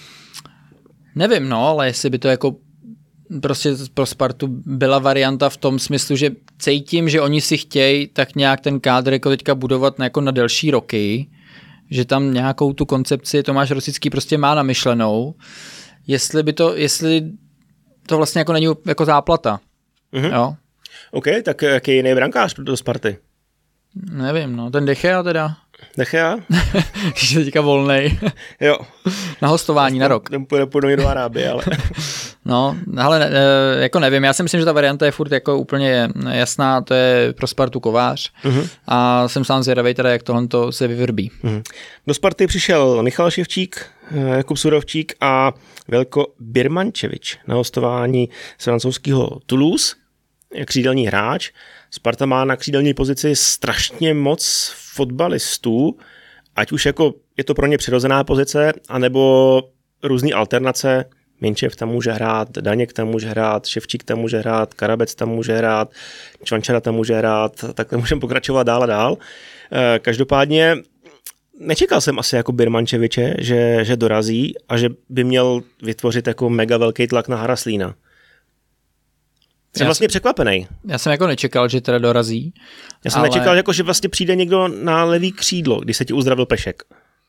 Nevím, no, ale jestli by to jako prostě pro Spartu byla varianta v tom smyslu, že cítím, že oni si chtějí tak nějak ten kádr jako teďka budovat na, jako na delší roky, že tam nějakou tu koncepci Tomáš Rosický prostě má namyšlenou. Jestli by to, jestli to vlastně jako není jako záplata. Mm-hmm. Jo? OK, tak jaký jiný brankář do Sparty? Nevím, no, ten De Gea teda. De Gea? Když je teďka volnej. Jo. Na hostování na rok. Ten půjde půjde do Arábie, ale... No, ale jako nevím, já si myslím, že ta varianta je furt jako úplně jasná, to je pro Spartu Kovář uh-huh. a jsem sám zvědavej teda, jak tohle se vyvrbí. Uh-huh. Do Sparty přišel Michal Ševčík, Jakub Surovčík a Velko Birmančevič na hostování z francouzského Toulouse, křídelní hráč. Sparta má na křídelní pozici strašně moc fotbalistů, ať už jako je to pro ně přirozená pozice, anebo různý alternace. Minčev tam může hrát, Daněk tam může hrát, Ševčík tam může hrát, Karabec tam může hrát, Čvančara tam může hrát, tak můžeme pokračovat dál a dál. Každopádně nečekal jsem asi jako Birmančeviče, že, že dorazí a že by měl vytvořit jako mega velký tlak na Haraslína. Jsem já vlastně jsem, překvapený. Já jsem jako nečekal, že teda dorazí. Já jsem ale... nečekal, jako, že vlastně přijde někdo na levý křídlo, když se ti uzdravil Pešek.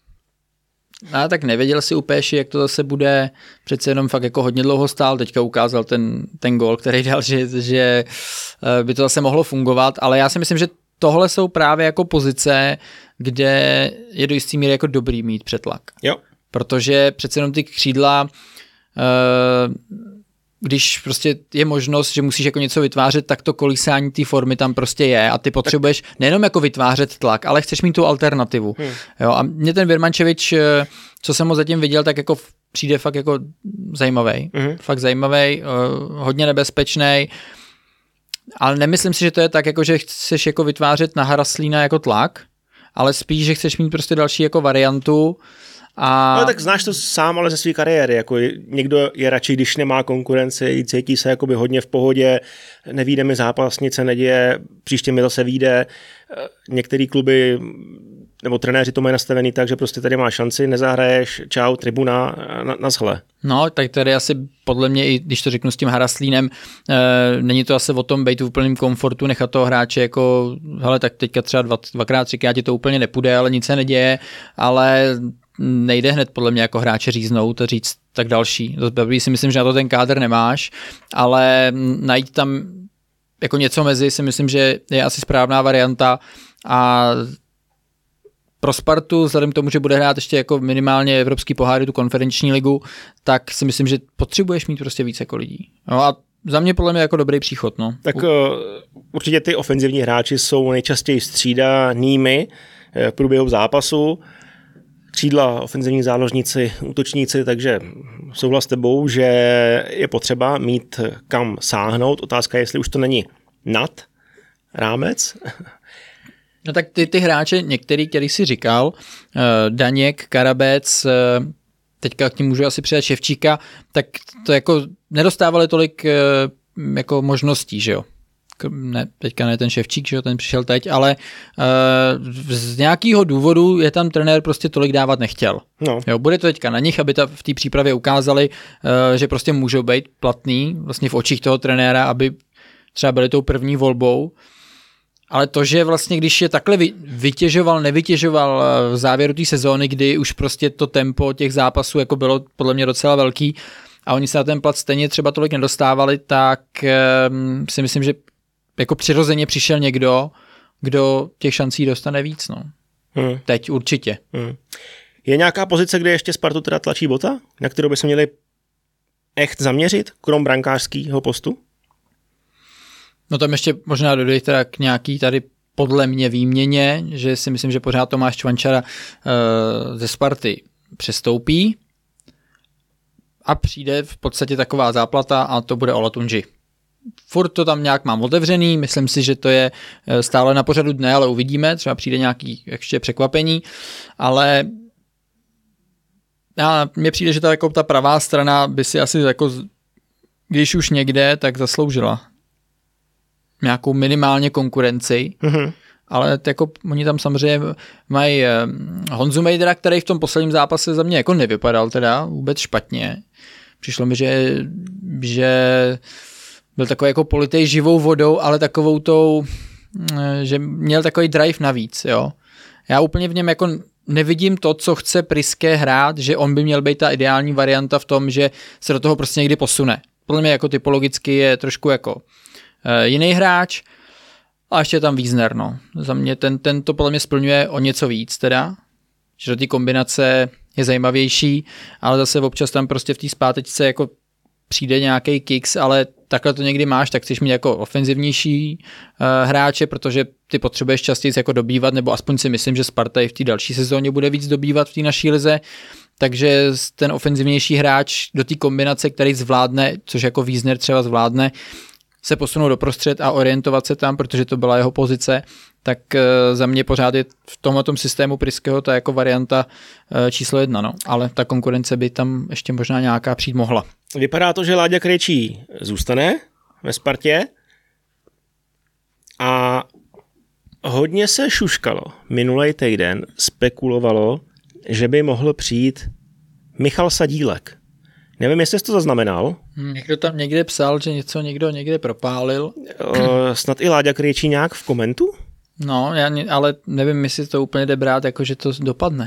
A tak nevěděl si u Péši, jak to zase bude, přece jenom fakt jako hodně dlouho stál, teďka ukázal ten, ten gól, který dal, že, že by to zase mohlo fungovat, ale já si myslím, že tohle jsou právě jako pozice, kde je do jistý míry jako dobrý mít přetlak. Jo. Protože přece jenom ty křídla, když prostě je možnost, že musíš jako něco vytvářet, tak to kolísání té formy tam prostě je a ty potřebuješ tak... nejenom jako vytvářet tlak, ale chceš mít tu alternativu. Hmm. Jo, a mě ten Birmančevič, co jsem ho zatím viděl, tak jako přijde fakt jako zajímavý. Hmm. Fakt zajímavý, hodně nebezpečný. Ale nemyslím si, že to je tak, jako že chceš jako vytvářet na Haraslína jako tlak, ale spíš, že chceš mít prostě další jako variantu. A... No tak znáš to sám, ale ze své kariéry, jako někdo je radši, když nemá konkurenci, cítí se jakoby hodně v pohodě, nevíde mi zápas, nic se neděje, příště mi zase vyjde. Některé kluby nebo trenéři to mají nastavený tak, že prostě tady máš šanci, nezahraješ, čau, tribuna, na, na shle. No, tak tady asi podle mě, i když to řeknu s tím Haraslínem, e, není to asi o tom být v úplném komfortu, nechat toho hráče jako, hele, tak teďka třeba dva, dvakrát, třikrát ti to úplně nepůjde, ale nic se neděje, ale nejde hned podle mě jako hráče říznout a říct tak další. Dobrý, si myslím, že na to ten kádr nemáš, ale najít tam jako něco mezi si myslím, že je asi správná varianta a pro Spartu, vzhledem k tomu, že bude hrát ještě jako minimálně evropský pohár, tu konferenční ligu, tak si myslím, že potřebuješ mít prostě více jako lidí. No a za mě podle mě jako dobrý příchod. No. Tak uh, určitě ty ofenzivní hráči jsou nejčastěji střídanými v průběhu zápasu. Křídla, ofenzivní záložníci, útočníci, takže souhlas s tebou, že je potřeba mít kam sáhnout. Otázka je, jestli už to není nad rámec. No tak ty, ty hráče, některý, který jsi říkal, uh, Daněk, Karabec, uh, teďka k ním můžu asi přidat Ševčíka, tak to jako nedostávali tolik uh, jako možností, že jo? Ne, teďka ne ten Ševčík, že jo, ten přišel teď, ale uh, z nějakého důvodu je tam trenér prostě tolik dávat nechtěl. No. Jo, bude to teďka na nich, aby ta, v té přípravě ukázali, uh, že prostě můžou být platný vlastně v očích toho trenéra, aby třeba byli tou první volbou. Ale to, že vlastně když je takhle vytěžoval, nevytěžoval v závěru té sezóny, kdy už prostě to tempo těch zápasů jako bylo podle mě docela velký a oni se na ten plat stejně třeba tolik nedostávali, tak um, si myslím, že jako přirozeně přišel někdo, kdo těch šancí dostane víc, no. Hmm. Teď určitě. Hmm. Je nějaká pozice, kde ještě Spartu teda tlačí Bota, na kterou by se měli echt zaměřit, krom brankářského postu? No tam ještě možná dodej teda k nějaký tady podle mě výměně, že si myslím, že pořád Tomáš Čvančara uh, ze Sparty přestoupí a přijde v podstatě taková záplata a to bude Olatunji. Furt to tam nějak mám otevřený, myslím si, že to je stále na pořadu dne, ale uvidíme, třeba přijde nějaký ještě překvapení, ale a mně přijde, že ta, jako ta pravá strana by si asi jako, když už někde, tak zasloužila nějakou minimálně konkurenci, mm-hmm. ale jako oni tam samozřejmě mají Honzu Mejdera, který v tom posledním zápase za mě jako nevypadal teda vůbec špatně. Přišlo mi, že, že byl takový jako politej živou vodou, ale takovou tou, že měl takový drive navíc, jo. Já úplně v něm jako nevidím to, co chce Priske hrát, že on by měl být ta ideální varianta v tom, že se do toho prostě někdy posune. Podle mě jako typologicky je trošku jako uh, jiný hráč a ještě je tam Wiesner, no. Za mě ten, ten to podle mě splňuje o něco víc teda, že do té kombinace je zajímavější, ale zase občas tam prostě v té zpátečce jako přijde nějaký kicks, ale takhle to někdy máš, tak chceš mít jako ofenzivnější uh, hráče, protože ty potřebuješ častěji jako dobývat, nebo aspoň si myslím, že Sparta i v té další sezóně bude víc dobývat v té naší lize, takže ten ofenzivnější hráč do té kombinace, který zvládne, což jako Wiesner třeba zvládne, se posunout do prostřed a orientovat se tam, protože to byla jeho pozice, tak uh, za mě pořád je v tomhletom systému Priskeho ta jako varianta uh, číslo jedna, no. Ale ta konkurence by tam ještě možná nějaká přijít mohla. Vypadá to, že Láďa Krejčí zůstane ve Spartě a hodně se šuškalo. Minulej týden spekulovalo, že by mohl přijít Michal Sadílek. Nevím, jestli jsi to zaznamenal. Někdo tam někde psal, že něco někdo někde propálil. O, snad i Láďa Krejčí nějak v komentu? No, já, ale nevím, jestli to úplně jde brát, jako že to dopadne.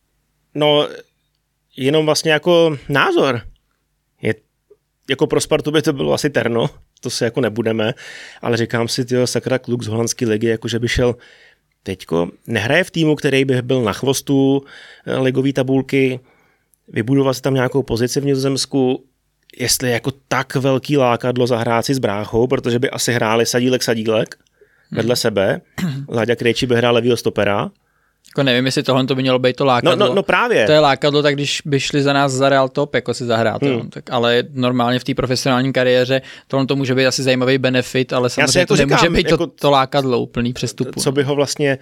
No, jenom vlastně jako názor. Je, jako pro Spartu by to bylo asi terno, to se jako nebudeme, ale říkám si, tyjo, sakra, kluk z holandské ligy, jakože by šel teďko, nehraje v týmu, který by byl na chvostu ligový tabulky, vybudovat si tam nějakou pozici v Nizozemsku, jestli je jako tak velký lákadlo zahrát si s bráchou, protože by asi hráli Sadílek, Sadílek vedle sebe, Láďa Krejčí by hrál levýho stopera. Jako nevím, jestli tohle to by mělo být to lákadlo. No, no, no právě. To je lákadlo, tak když by šli za nás za Real Top, jako si zahrát. Hmm. Tak, ale normálně v té profesionální kariéře tohle to může být asi zajímavý benefit, ale samozřejmě jako to říkám, nemůže být jako to, to lákadlo úplný přestupu. Co by ho vlastně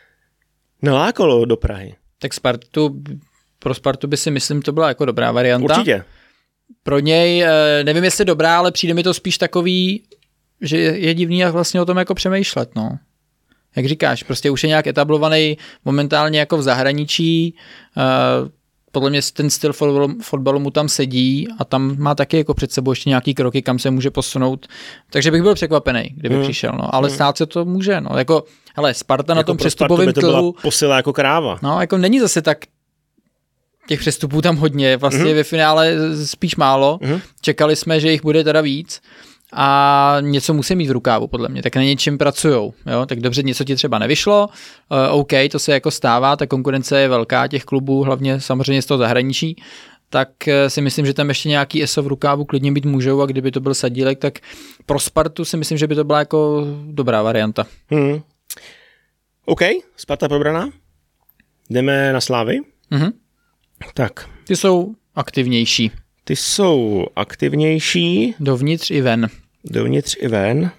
nelákalo do Prahy? Tak Spartu, pro Spartu by si myslím, to byla jako dobrá varianta. Určitě. Pro něj, nevím jestli dobrá, ale přijde mi to spíš takový, že je divný, jak vlastně o tom jako přemýšlet, no. Jak říkáš, prostě už je nějak etablovaný momentálně jako v zahraničí, uh, podle mě ten styl fotbalu, fotbalu mu tam sedí a tam má taky jako před sebou ještě nějaký kroky, kam se může posunout, takže bych byl překvapený, kdyby hmm. přišel, no, ale hmm. stát se to může, no, jako, hele, Sparta jako na tom přestupovém trhu, posila jako kráva. No, jako není zase tak těch přestupů tam hodně, vlastně hmm. ve finále spíš málo, hmm. čekali jsme, že jich bude teda víc, a něco musí mít v rukávu, podle mě, tak na něčem pracujou, jo, tak dobře, něco ti třeba nevyšlo, uh, OK, to se jako stává, ta konkurence je velká těch klubů, hlavně samozřejmě z toho zahraničí, tak uh, si myslím, že tam ještě nějaký eso v rukávu klidně být můžou a kdyby to byl Sadílek, tak pro Spartu si myslím, že by to byla jako dobrá varianta. Hmm. OK, Sparta probraná, jdeme na Slávy. Mhm. Tak. Ty jsou aktivnější. Ty jsou aktivnější. Dovnitř i ven. Dovnitř i ven.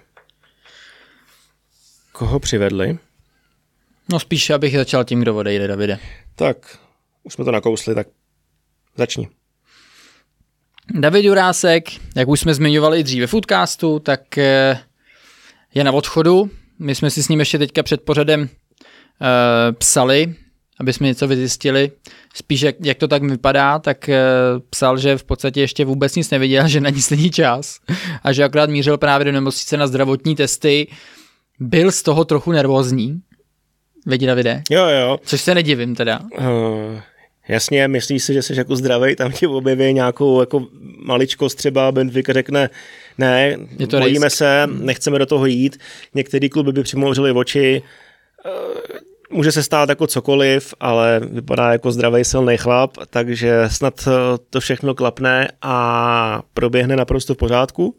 Koho přivedli? No spíš, abych začal tím, kdo odejde, Davide. Tak, už jsme to nakousli, tak začni. David Jurásek, jak už jsme zmiňovali i dříve v Foodcastu, tak je na odchodu. My jsme si s ním ještě teďka před pořadem uh, psali, aby jsme něco vyzjistili. Spíš jak, jak to tak vypadá, tak e, psal, že v podstatě ještě vůbec nic neviděl, že na nic není čas a že akorát mířil právě do nemocnice na zdravotní testy. Byl z toho trochu nervózní. Vidí, Davide? Jo, jo. Což se nedivím teda. Uh, jasně, myslíš si, že jsi jako zdravej, tam ti objeví nějakou jako maličkost, třeba Benfica řekne, Ne, to bojíme risk. se, nechceme do toho jít. Některé kluby by přimouřili oči. Může se stát jako cokoliv, ale vypadá jako zdravý silný chlap, takže snad to všechno klapne a proběhne naprosto v pořádku.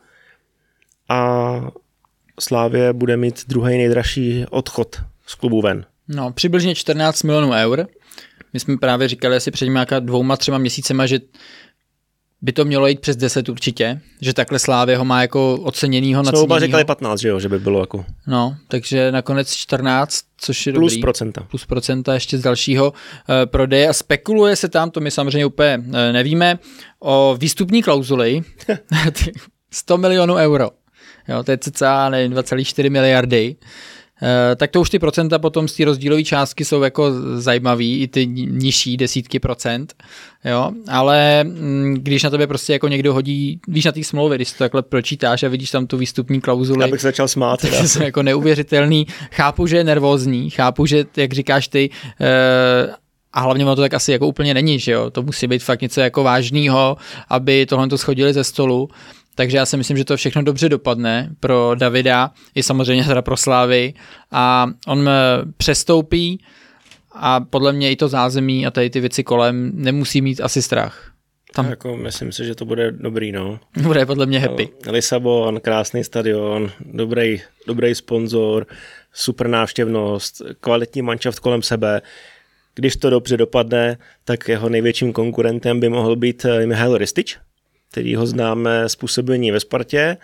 A Slavie bude mít druhý nejdražší odchod z klubu ven. No, přibližně čtrnáct milionů eur. My jsme právě říkali asi před nějaká dvouma, třema měsícema, že by to mělo jít přes deset určitě, že takhle Slavie ho má jako oceněnýho, naceněnýho. Jsme oba říkali patnáct, že jo, že by bylo jako. No, takže nakonec čtrnáct, což je plus dobrý. procenta. Plus procenta ještě z dalšího uh, prodeje a spekuluje se tam, to my samozřejmě úplně uh, nevíme, o výstupní klauzuli sto milionů euro. Jo, to je cca dva celé čtyři miliardy. Uh, tak to už ty procenta potom z té rozdílové částky jsou jako zajímavý, i ty nižší desítky procent, jo, ale m, když na tebe prostě jako někdo hodí, víš na té smlouvy, když to takhle pročítáš a vidíš tam tu výstupní klauzuli. Já bych se začal smát. Tak je to jako neuvěřitelný, chápu, že je nervózní, chápu, že, jak říkáš ty, uh, a hlavně ono to tak asi jako úplně není, že jo, to musí být fakt něco jako vážného, aby tohle to schodili ze stolu. Takže já si myslím, že to všechno dobře dopadne pro Davida i samozřejmě teda pro Slávy a on přestoupí a podle mě i to zázemí a tady ty věci kolem nemusí mít asi strach. Tam. Jako, myslím si, že to bude dobrý, no. Bude podle mě happy. Lisabon, krásný stadion, dobrý, dobrý sponzor, super návštěvnost, kvalitní manšaft kolem sebe. Když to dobře dopadne, tak jeho největším konkurentem by mohl být Michail Ristić, který ho známe z působení ve Spartě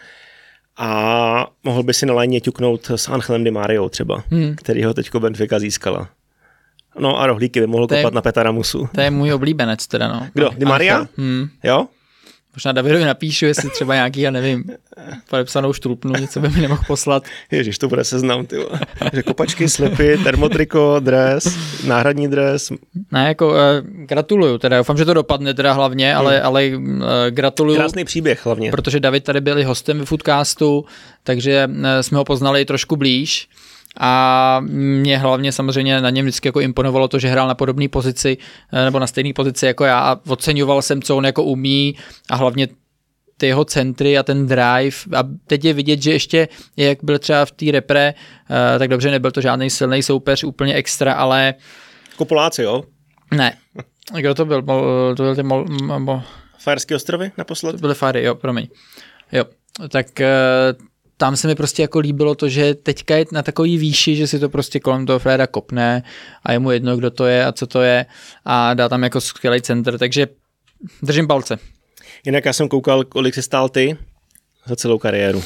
a mohl by si na lajně ťuknout s Angelem Di Mariou třeba, hmm. který ho teďko Benfica získala. No a rohlíky by mohl to kopat je, na Petra Ramusu. To je můj oblíbenec teda, no. Kdo? Di Maria? Hmm. Jo? Možná Davidovi napíšu, jestli třeba nějaký, já nevím, podepsanou štrupnu, něco by mi nemohl poslat. Ježiš, to bude seznam, ty vole. Že kopačky, slipy, termotriko, dres, náhradní dres. Ne, jako uh, gratuluju, teda doufám, že to dopadne teda hlavně, hmm. ale, ale uh, gratuluju. Krásný příběh hlavně. Protože David tady byl hostem ve Foodcastu, takže uh, jsme ho poznali trošku blíž. A mě hlavně samozřejmě na něm vždycky jako imponovalo to, že hrál na podobné pozici nebo na stejné pozici jako já a oceňoval jsem, co on jako umí a hlavně ty jeho centry a ten drive a teď je vidět, že ještě jak byl třeba v té repre, tak dobře, nebyl to žádný silný soupeř, úplně extra, ale... Jako Poláci, jo? Ne. Kdo to byl? To byl ty mol... Mo... Fajerské ostrovy naposled? To byly Fajry, jo, promiň. Jo, tak... Tam se mi prostě jako líbilo to, že teďka je na takový výši, že si to prostě kolem toho Freda kopne a je mu jedno, kdo to je a co to je a dá tam jako skvělý center, takže držím palce. Jinak já jsem koukal, kolik jsi stál ty za celou kariéru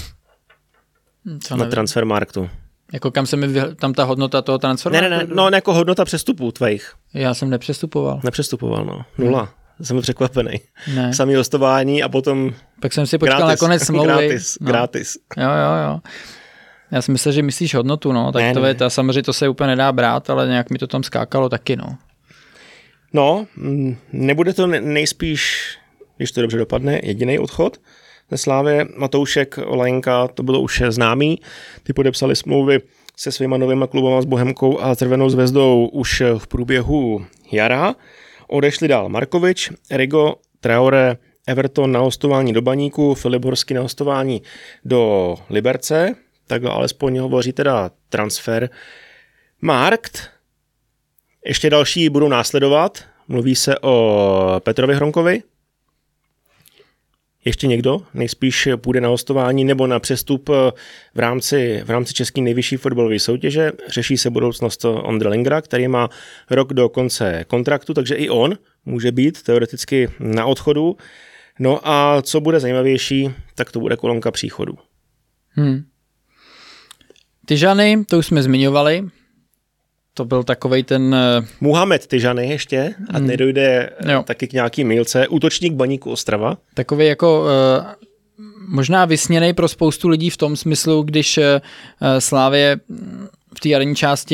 co na Transfermarktu. Jako kam se mi vyhl... tam ta hodnota toho Transfermarktu? Ne, ne, ne, no jako hodnota přestupů tvojich. Já jsem nepřestupoval. Nepřestupoval, no. Nula. Hmm. Jsem překvapený. Ne. Samý hostování a potom pak jsem si počkal gratis, nakonec smlouvy. Gratis, no. gratis. Jo, jo, jo. Já si myslel, že myslíš hodnotu, no. Tak ne, to ne. je, ta, samozřejmě to se úplně nedá brát, ale nějak mi to tam skákalo taky, no. No, nebude to nejspíš, když to dobře dopadne, jediný odchod ze Slávie. Matoušek, Olajnka, to bylo už známý. Ty podepsali smlouvy se svýma novýma klubama s Bohemkou a Červenou zvezdou už v průběhu jara. Odešli dál Markovič, Rigo, Traore, Everton na hostování do Baníku, Filip Horský na hostování do Liberce, tak alespoň hovoří teda transfer. Markt, ještě další budou následovat, mluví se o Petrovi Hronkovi. Ještě někdo nejspíš půjde na hostování nebo na přestup v rámci, v rámci české nejvyšší fotbalové soutěže. Řeší se budoucnost Ondry Lingra, který má rok do konce kontraktu, takže i on může být teoreticky na odchodu. No a co bude zajímavější, tak to bude kolonka příchodu. Hmm. Tyžany, to už jsme zmiňovali. To byl takovej ten... Muhamed Tyžany ještě, a hmm. nedojde jo. taky k nějaký mýlce. Útočník Baníku Ostrava. Takový jako uh, možná vysněnej pro spoustu lidí v tom smyslu, když uh, Slavie v té jarní části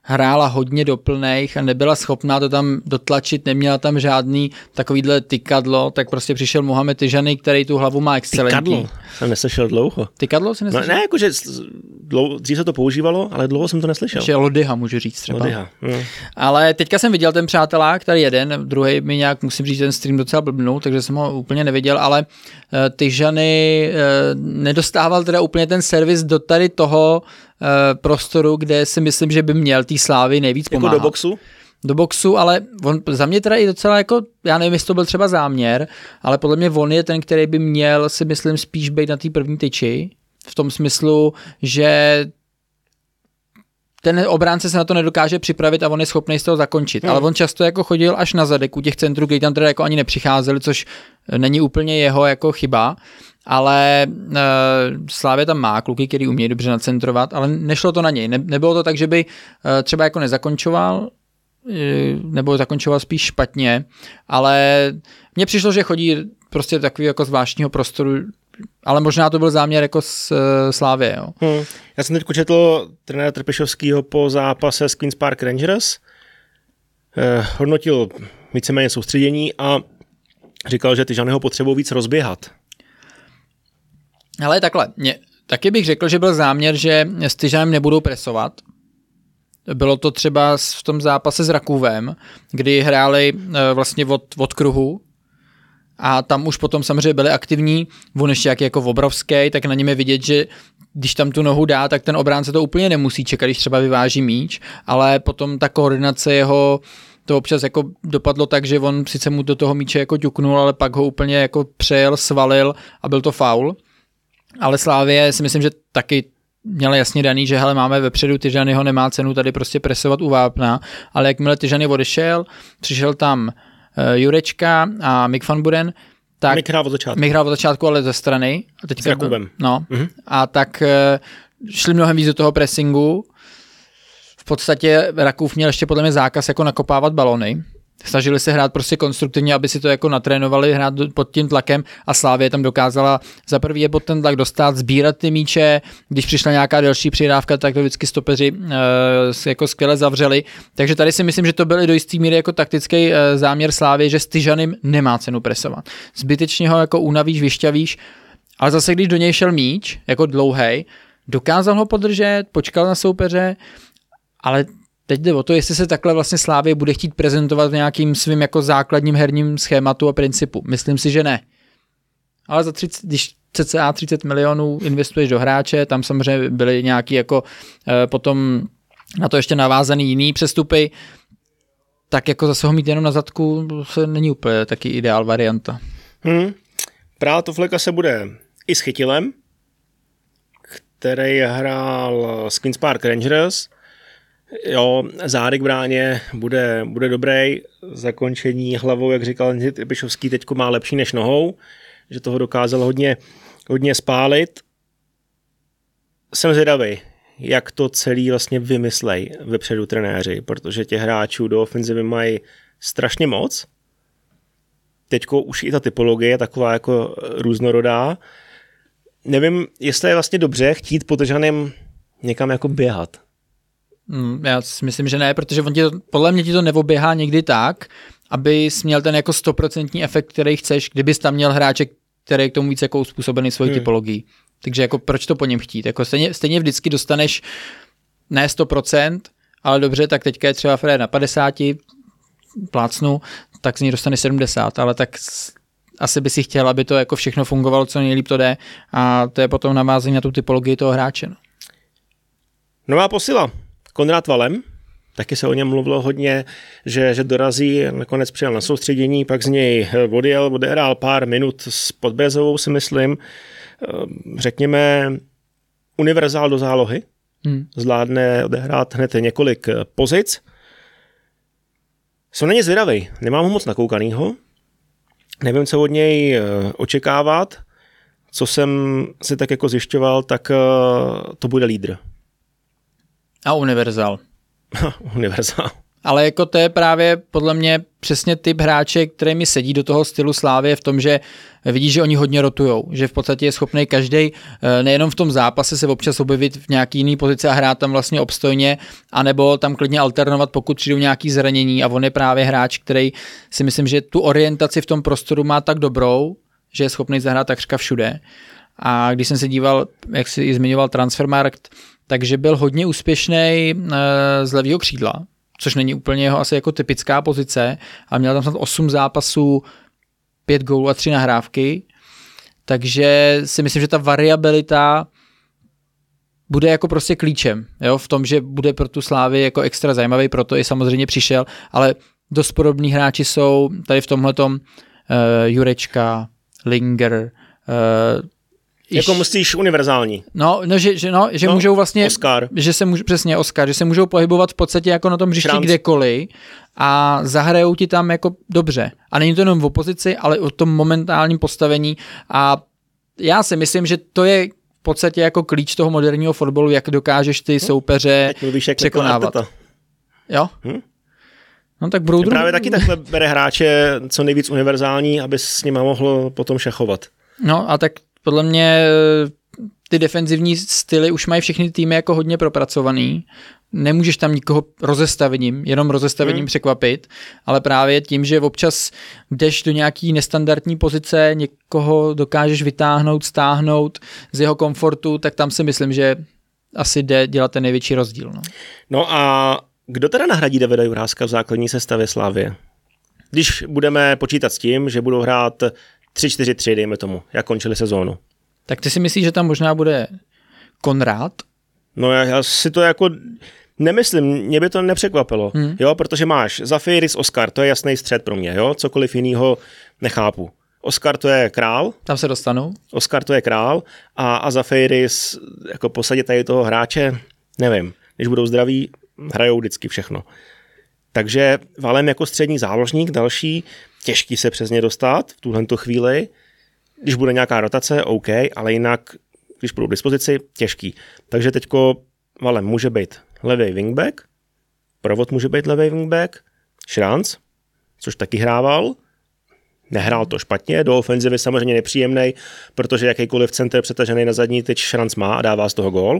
hrála hodně doplných a nebyla schopná to tam dotlačit, neměla tam žádný takovýhle tykadlo, tak prostě přišel Mohamed Tijani, který tu hlavu má excelentní. Tykadlo? Jsem neslyšel dlouho. Tykadlo si neslyšel? No, ne, jakože dlouho, dřív se to používalo, ale dlouho jsem to neslyšel. Ještě Lodyha můžu říct třeba. Lodyha, no. Ale teďka jsem viděl ten přátelák, tady jeden, druhý mi nějak, musím říct, ten stream docela blbnul, takže jsem ho úplně neviděl, ale uh, Tijani uh, nedostával teda úplně ten servis do tady toho uh, prostoru, kde si myslím, že by měl té Slávy nejvíc pomáhat. Jako do boxu? Do boxu, ale on za mě teda i docela jako, já nevím, jestli to byl třeba záměr, ale podle mě on je ten, který by měl, si myslím, spíš být na té první tyči, v tom smyslu, že ten obránce se na to nedokáže připravit a on je schopný z toho zakončit. Hmm. Ale on často jako chodil až na zadek u těch centrů, kde tam teda jako ani nepřicházeli, což není úplně jeho jako chyba. Ale uh, Slávě tam má kluky, který umějí dobře nacentrovat, ale nešlo to na něj. Ne, nebylo to tak, že by uh, třeba jako nezakončoval, nebo zakončoval spíš špatně, ale mně přišlo, že chodí prostě takový jako zvláštního prostoru, ale možná to byl záměr jako z Slávy. Jo. Hmm. Já jsem teď četl trenéra Trpišovského po zápase s Queen's Park Rangers, eh, hodnotil víceméně soustředění a říkal, že Tijaniho potřebují víc rozběhat. Ale takhle, mě, taky bych řekl, že byl záměr, že s Tijanem nebudou presovat. Bylo to třeba v tom zápase s Rakůvem, kdy hráli vlastně od, od kruhu a tam už potom samozřejmě byli aktivní, on ještě jak jako obrovský, tak na něm je vidět, že když tam tu nohu dá, tak ten obránce to úplně nemusí čekat, když třeba vyváží míč, ale potom ta koordinace jeho to občas jako dopadlo tak, že on sice mu do toho míče jako ťuknul, ale pak ho úplně jako přejel, svalil a byl to faul. Ale Slávie si myslím, že taky měla jasně daný, že hele, máme vepředu Tijaniho, nemá cenu tady prostě presovat u vápna, ale jakmile Tijani odešel, přišel tam uh, Jurečka a Mick van Buren, tak Mick hrál od začátku. Mick hrál od začátku, ale ze strany. A teďka, s Rakubem. No. Mm-hmm. A tak uh, šli mnohem víc do toho pressingu. V podstatě Rakův měl ještě podle mě zákaz jako nakopávat balony. Snažili se hrát prostě konstruktivně, aby si to jako natrénovali, hrát pod tím tlakem a Slávie tam dokázala za prvý je pod ten tlak dostat, sbírat ty míče, když přišla nějaká delší přihrávka, tak to vždycky stopeři uh, jako skvěle zavřeli. Takže tady si myslím, že to byl do jistý míry jako taktický uh, záměr Slávie, že s Tijanim nemá cenu presovat. Zbytečně ho jako unavíš, vyšťavíš, ale zase když do něj šel míč, jako dlouhej, dokázal ho podržet, počkal na soupeře, ale teď jde o to, jestli se takhle vlastně Slávie bude chtít prezentovat v nějakým svým jako základním herním schématu a principu. Myslím si, že ne. Ale za třicet, když cca třicet milionů investuješ do hráče, tam samozřejmě byly nějaký jako e, potom na to ještě navázaný jiný přestupy, tak jako zase ho mít jenom na zadku se není úplně taky ideál varianta. Hmm. Právě to Fleka se bude i s Chytilem, který hrál s Queen's Park Rangers. Jo, zádek bráně bude, bude dobrý, zakončení hlavou, jak říkal Trpišovský, teďko má lepší než nohou, že toho dokázal hodně, hodně spálit. Jsem zvědavý, jak to celý vlastně vymyslej vepředu trenéři, protože těch hráčů do ofenzivy mají strašně moc. Teďko už i ta typologie je taková jako různorodá. Nevím, jestli je vlastně dobře chtít po Tijanim někam jako běhat. Já si myslím, že ne, protože on ti to, podle mě ti to neoběhá někdy tak, abys měl ten jako stoprocentní efekt, který chceš, kdybys tam měl hráče, který je k tomu víc jako uspůsobený svojí hmm. typologií. Takže jako proč to po něm chtít? Jako stejně, stejně vždycky dostaneš ne sto procent, ale dobře, tak teďka je třeba Fred na padesát, plácnu, tak z ní dostane sedmdesát, ale tak asi by si chtěl, aby to jako všechno fungovalo, co nejlíp to jde a to je potom navázání na tu typologii toho hráče. No. Nová posila. Konrad Valem, taky se o něm mluvilo hodně, že, že dorazí, nakonec přijel na soustředění, pak z něj odjel, odehrál pár minut s Podbřezovou, si myslím, řekněme univerzál do zálohy, hmm. zvládne odehrát hned několik pozic. Jsem na ně zvědavej, nemám ho moc nakoukanýho, nevím, co od něj očekávat, co jsem si tak jako zjišťoval, tak to bude lídr. A univerzál. Univerzál. Ale jako to je právě podle mě přesně typ hráče, který mi sedí do toho stylu Slávie v tom, že vidí, že oni hodně rotujou, že v podstatě je schopný každý nejenom v tom zápase se občas objevit v nějaký jiný pozici a hrát tam vlastně obstojně, anebo tam klidně alternovat, pokud přijdou nějaký zranění, a on je právě hráč, který si myslím, že tu orientaci v tom prostoru má tak dobrou, že je schopný zahrát takřka všude. A když jsem se díval, jak si zmiňoval Transfermarkt, takže byl hodně úspěšný z levýho křídla, což není úplně jeho asi jako typická pozice, a měl tam snad osm zápasů, pět gólů a tři nahrávky, takže si myslím, že ta variabilita bude jako prostě klíčem, jo, v tom, že bude pro tu Slávy jako extra zajímavý, proto i samozřejmě přišel, ale dost podobní hráči jsou tady v tomhletom uh, Jurečka, Linger, uh, Jako myslíš univerzální. No, no že, že, no, že no, můžou vlastně, Oscar. že se můžou, přesně Oscar, že se můžou pohybovat v podstatě jako na tom hřišti Šranc. kdekoliv a zahrajou ti tam jako dobře. A není to jenom v opozici, ale o tom momentálním postavení, a já si myslím, že to je v podstatě jako klíč toho moderního fotbalu, jak dokážeš ty soupeře mluvíš, jak překonávat. Jo? Hm? No tak budou Právě taky takhle bere hráče co nejvíc univerzální, aby s nima mohl potom šachovat. No a tak podle mě ty defenzivní styly už mají všechny týmy jako hodně propracovaný. Nemůžeš tam nikoho rozestavením, jenom rozestavením hmm. překvapit, ale právě tím, že občas jdeš do nějaký nestandardní pozice, někoho dokážeš vytáhnout, stáhnout z jeho komfortu, tak tam si myslím, že asi jde dělat ten největší rozdíl. No, no a kdo teda nahradí Davida Juráska v základní sestavě Slavie? Když budeme počítat s tím, že budou hrát tři čtyři tři, dejme tomu, jak končili sezónu. Tak ty si myslíš, že tam možná bude Konrád? No já, já si to jako nemyslím, mě by to nepřekvapilo, hmm. jo, protože máš Zafiris, Oscar, to je jasný střed pro mě, jo, cokoliv jinýho nechápu. Oscar to je král. Tam se dostanu. Oscar to je král a, a Zafiris, jako posadit tady toho hráče, nevím, když budou zdraví, hrajou vždycky všechno. Takže Valem jako střední záložník, další, těžký se přes ně dostat v tuhleto chvíli. Když bude nějaká rotace, OK, ale jinak, když budou k dispozici, těžký. Takže teďko Valem může být levý wingback, Provod může být levý wingback, Šranc, což taky hrával, nehrál to špatně, do ofenzivy samozřejmě nepříjemnej, protože jakýkoliv center přetažený na zadní tyč Šranc má a dává z toho gól.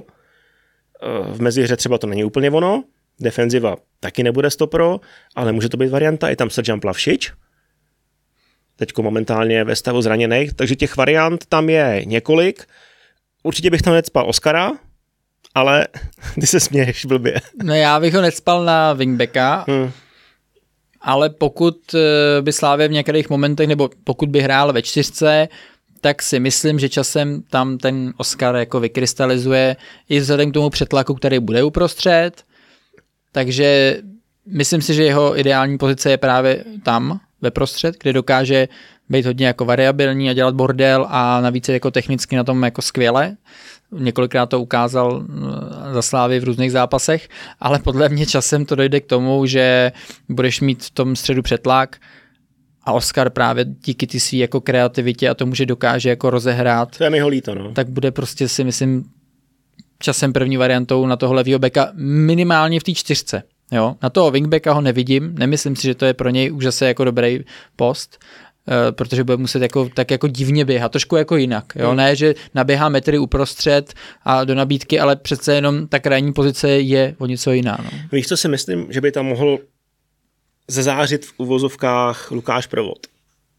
V mezihře třeba to není úplně ono, defenziva taky nebude stopro, ale může to být varianta, je tam Srdžan Plavšič, teďko momentálně ve stavu zraněných, takže těch variant tam je několik. Určitě bych tam necpal Oscara, ale ty se směješ blbě. No já bych ho necpal na wingbacka, hmm. ale pokud by Slavia v některých momentech, nebo pokud by hrál ve čtyřce, tak si myslím, že časem tam ten Oscar jako vykrystalizuje i vzhledem k tomu přetlaku, který bude uprostřed. Takže myslím si, že jeho ideální pozice je právě tam, ve prostřed, kde dokáže být hodně jako variabilní a dělat bordel a navíc je jako technicky na tom jako skvěle. Několikrát to ukázal za Slávy v různých zápasech, ale podle mě časem to dojde k tomu, že budeš mít v tom středu přetlak a Oscar právě díky ty svý jako kreativitě a tomu, že dokáže jako rozehrát. To je mi ho líto, no. Tak bude prostě si myslím časem první variantou na toho levýho beka minimálně v té čtyřce. Jo? Na toho wingbacka ho nevidím, nemyslím si, že to je pro něj už zase jako dobrý post, uh, protože bude muset jako, tak jako divně běhat, trošku jako jinak. Jo? Hmm. Ne, že naběhá metry uprostřed a do nabídky, ale přece jenom ta krajní pozice je o něco jiná. No. Víš, co si myslím, že by tam mohl zezářit v uvozovkách Lukáš Provod.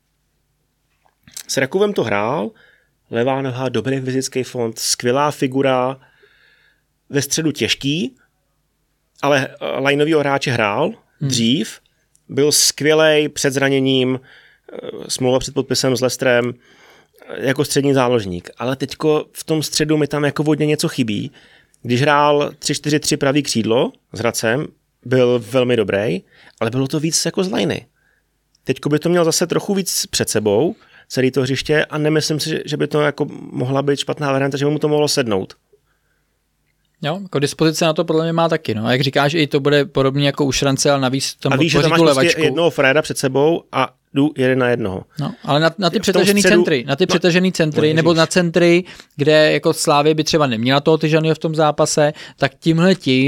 S Rakuvem to hrál, levá noha, dobrý fyzický fond, skvělá figura, ve středu těžký, ale lineovýho hráče hrál hmm. dřív, byl skvělej před zraněním, smlouva před podpisem s Leicesterem, jako střední záložník. Ale teďko v tom středu mi tam jako vodně něco chybí. Když hrál tři čtyři tři pravý křídlo s Hradcem, byl velmi dobrý, ale bylo to víc jako z liney. Teďko by to měl zase trochu víc před sebou, celý to hřiště, a nemyslím si, že by to jako mohla být špatná varianta, že by mu to mohlo sednout. Jo, jako dispozice na to podle mě má taky, no. A jak říkáš, i to bude podobně jako u Šrance, ale navíc tam podpoří tu levačku. A víš, že tam máš prostě jednoho Freda před sebou a jdu jeden na jednoho. No, ale na, na ty přetažený středu... centry, na ty no, přetažený centry, nebo na centry, kde jako Slávě by třeba neměla toho Tyžanyho v tom zápase, tak tímhle tím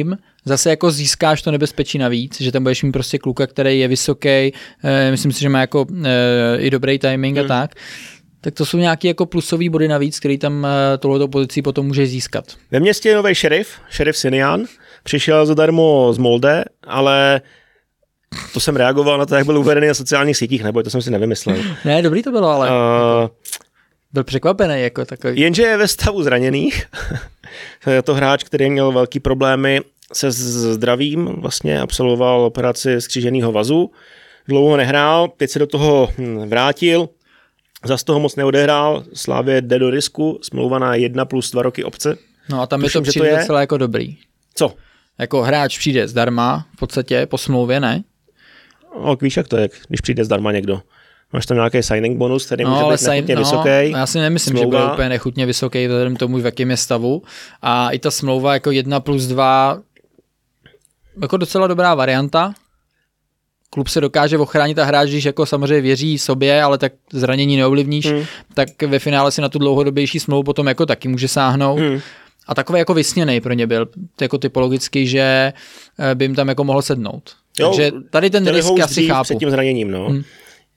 zase jako získáš to nebezpečí navíc, že tam budeš mít prostě kluka, který je vysoký, e, myslím si, že má jako e, i dobrý timing hmm. a tak. Tak to jsou nějaké jako plusové body navíc, který tam e, tohleto pozici potom můžeš získat. Ve městě je nový šerif, šerif Sinian, přišel zadarmo z Molde, ale to jsem reagoval na to, jak byl uvedený na sociálních sítích, nebo to jsem si nevymyslel. Ne, dobrý to bylo, ale Uh, byl překvapený jako takový. Jenže je ve stavu zraněných. Je to hráč, který měl velký problémy se zdravím, vlastně absolvoval operaci skříženého vazu, dlouho nehrál, teď se do toho vrátil, zas toho moc neodehrál, Slavie jde do risku, smlouva na jedna plus dva roky opce. No a tam Tuším, je to přijde docela jako dobrý. Co? Jako hráč přijde zdarma, v podstatě po smlouvě, ne? No, víš, jak to je, když přijde zdarma někdo. Máš tam nějaký signing bonus, který no, může být sign, nechutně no, vysoký. Já si nemyslím, smlouva. že bude úplně nechutně vysoký vzhledem tomu, v jakém je stavu. A i ta smlouva jako jedna plus dva, jako docela dobrá varianta. Klub se dokáže ochránit a hráč, když jako samozřejmě věří sobě, ale tak zranění neovlivníš, hmm. tak ve finále si na tu dlouhodobější smlouvu potom jako taky může sáhnout. Hmm. A takový jako vysněnej pro ně byl, jako typologicky, že by jim tam jako mohl sednout. Jo, takže tady ten risk asi chápu. Před tím zraněním, no. Hmm.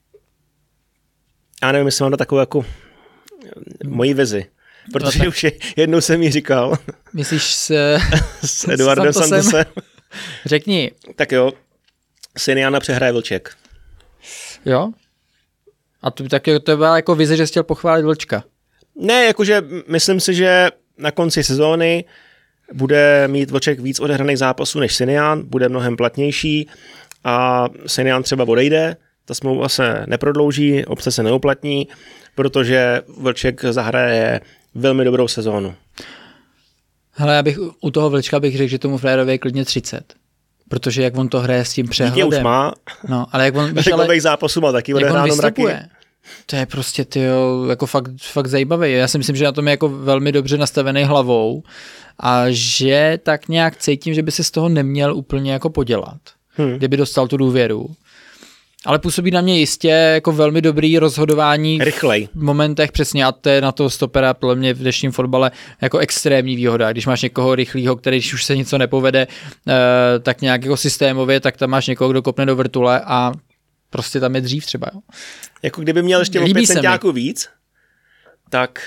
Já nevím, jestli mám na takovou jako moji vizi, protože no, už je, jednou jsem jí říkal. Myslíš s, s Eduardem Santosem? Řekni. Tak jo, Siniana přehraje Vlček. Jo? A to, tak to byla jako vize, že jsi chtěl pochválit Vlčka. Ne, jakože myslím si, že na konci sezóny bude mít Vlček víc odehraných zápasů než Sinian, bude mnohem platnější a Sinian třeba odejde, ta smlouva se neprodlouží, obce se neuplatní, protože Vlček zahraje velmi dobrou sezónu. Hele, já bych u toho Vlčka bych řekl, že tomu Frérovi je klidně třicet. Protože jak on to hraje s tím přehledem. Dítě už má. No, ale jak on, víš, ale, zápasů má taky odehráno mraky. To je prostě tyjo, jako fakt, fakt zajímavé. Já si myslím, že na tom je jako velmi dobře nastavený hlavou a že tak nějak cítím, že by se z toho neměl úplně jako podělat. Hmm. Kdyby dostal tu důvěru. Ale působí na mě jistě jako velmi dobrý rozhodování rychlej v momentech přesně a to je na toho stopera podle mě v dnešním fotbale jako extrémní výhoda. Když máš někoho rychlýho, který když už se něco nepovede, tak nějak jako systémově, tak tam máš někoho, kdo kopne do vrtule a prostě tam je dřív třeba. Jo. Jako kdyby měl ještě o pět centiáků víc, tak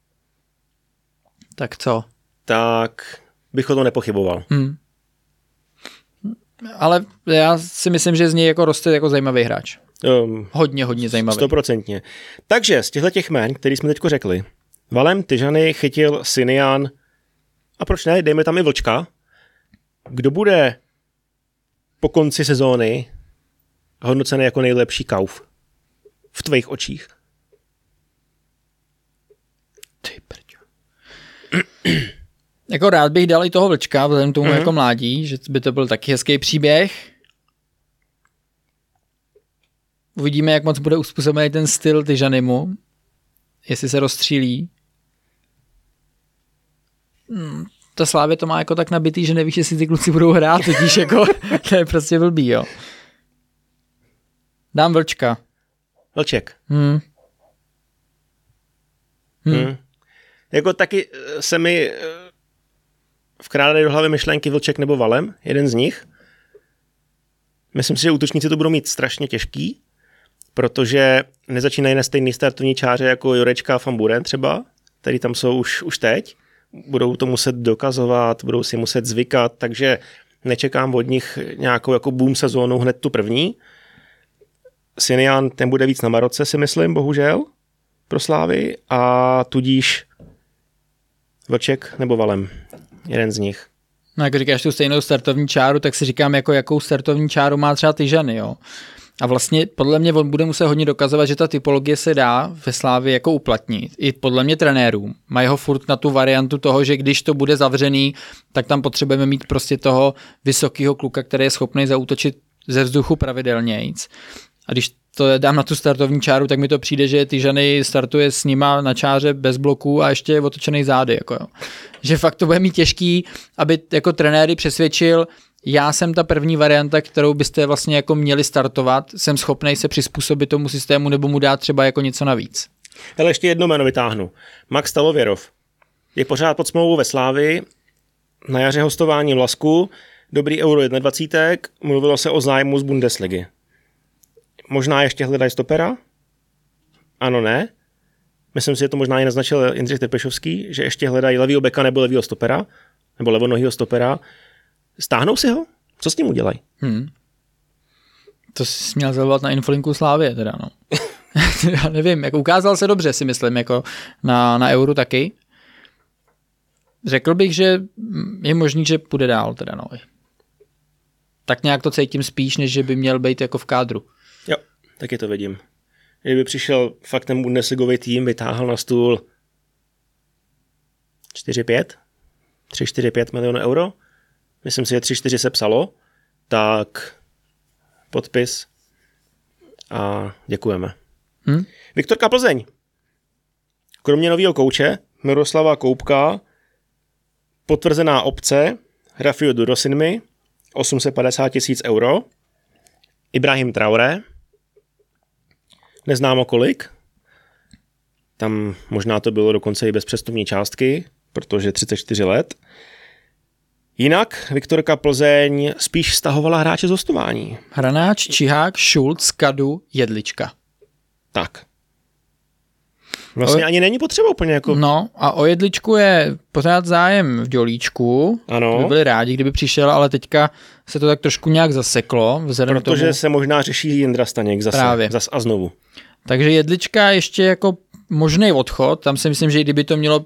tak co? Tak bych o to nepochyboval. Hmm. Ale já si myslím, že z něj jako roste jako zajímavý hráč. Um, hodně, hodně zajímavý. Stoprocentně. Takže z těchto těch jmen, který jsme teďko řekli, Valem Tyžany chytil Sinian a proč ne, dejme tam i Vlčka. Kdo bude po konci sezóny hodnocený jako nejlepší kauf v tvých očích? Ty prďo. Jako rád bych dal i toho Vlčka, vzhledem tomu mm-hmm. jako mládí, že by to byl taky hezký příběh. Uvidíme, jak moc bude uspůsobený ten styl Tyžanymu, jestli se rozstřílí. Hmm, ta Slávě to má jako tak nabitý, že nevíš, jestli ty kluci budou hrát, totiž jako to je prostě blbý, jo. Dám Vlčka. Vlček. Hmm. Hmm. Hmm. Jako taky se mi vkrádají do hlavy myšlenky Vlček nebo Valem, jeden z nich. Myslím si, že útočníci to budou mít strašně těžký, protože nezačínají na stejný startovní čáře jako Jurečka a Van Buren třeba, který tam jsou už, už teď. Budou to muset dokazovat, budou si muset zvykat, takže nečekám od nich nějakou jako boom sezónu hned tu první. Sinian, ten bude víc na Maroce, si myslím, bohužel, pro Slávy, a tudíž Vlček nebo Valem. Jeden z nich. No, jak říkáš tu stejnou startovní čáru, tak si říkám, jako jakou startovní čáru má třeba Tyžany, jo. A vlastně podle mě on bude muset hodně dokazovat, že ta typologie se dá ve Slávii jako uplatnit. I podle mě trenérům. Mají ho furt na tu variantu toho, že když to bude zavřený, tak tam potřebujeme mít prostě toho vysokého kluka, který je schopný zaútočit ze vzduchu pravidelnějc. A když to dám na tu startovní čáru, tak mi to přijde, že Tyžany startuje s nima na čáře bez bloků a ještě je otočený zády. Jako jo. Že fakt to bude mít těžký, aby jako trenéry přesvědčil, já jsem ta první varianta, kterou byste vlastně jako měli startovat, jsem schopnej se přizpůsobit tomu systému nebo mu dát třeba jako něco navíc. Ale ještě jedno jméno vytáhnu. Max Stalověrov. Je pořád pod smlouvou ve Slávii, na jaře hostování v Lasku, dobrý euro dvacet jedna, mluvilo se o zájmu z Bundesligy. Možná ještě hledají stopera? Ano, ne? Myslím si, že to možná i naznačil Jindřich Trpešovský, že ještě hledají levýho beka nebo levýho stopera, nebo levonohýho stopera. Stáhnou si ho? Co s ním udělají? Hmm. To jsi měl zavolat na Infolinku Slávie teda, no. Já nevím, jako ukázal se dobře, si myslím, jako na, na Euru taky. Řekl bych, že je možný, že půjde dál teda, no. Tak nějak to cítím spíš, než že by měl být jako v kádru. Jo, taky to vidím. Kdyby přišel fakt ten Bundesligový tým, vytáhl na stůl čtyři pět, tři čtyři pět milionů euro, myslím si, že tři čtyři se psalo, tak podpis a děkujeme. Hmm? Viktorka Plzeň. Kromě nového kouče Miroslava Koubka potvrzená opce Rafiu Durosinmi osm set padesát tisíc euro, Ibrahim Traoré neznámo kolik, tam možná to bylo dokonce i bez přestupní částky, protože třicet čtyři let. Jinak Viktorka Plzeň spíš stahovala hráče z hostování. Hranáč, Čihák, Šulc, Kadu, Jedlička. Tak. Vlastně o... ani není potřeba úplně jako... No a o Jedličku je pořád zájem v Dělíčku. Ano. By byli rádi, kdyby přišel, ale teďka se to tak trošku nějak zaseklo. Protože tomu... se možná řeší Jindra Staněk zase. Právě. Zas a znovu. Takže Jedlička ještě jako možný odchod. Tam si myslím, že kdyby to mělo uh,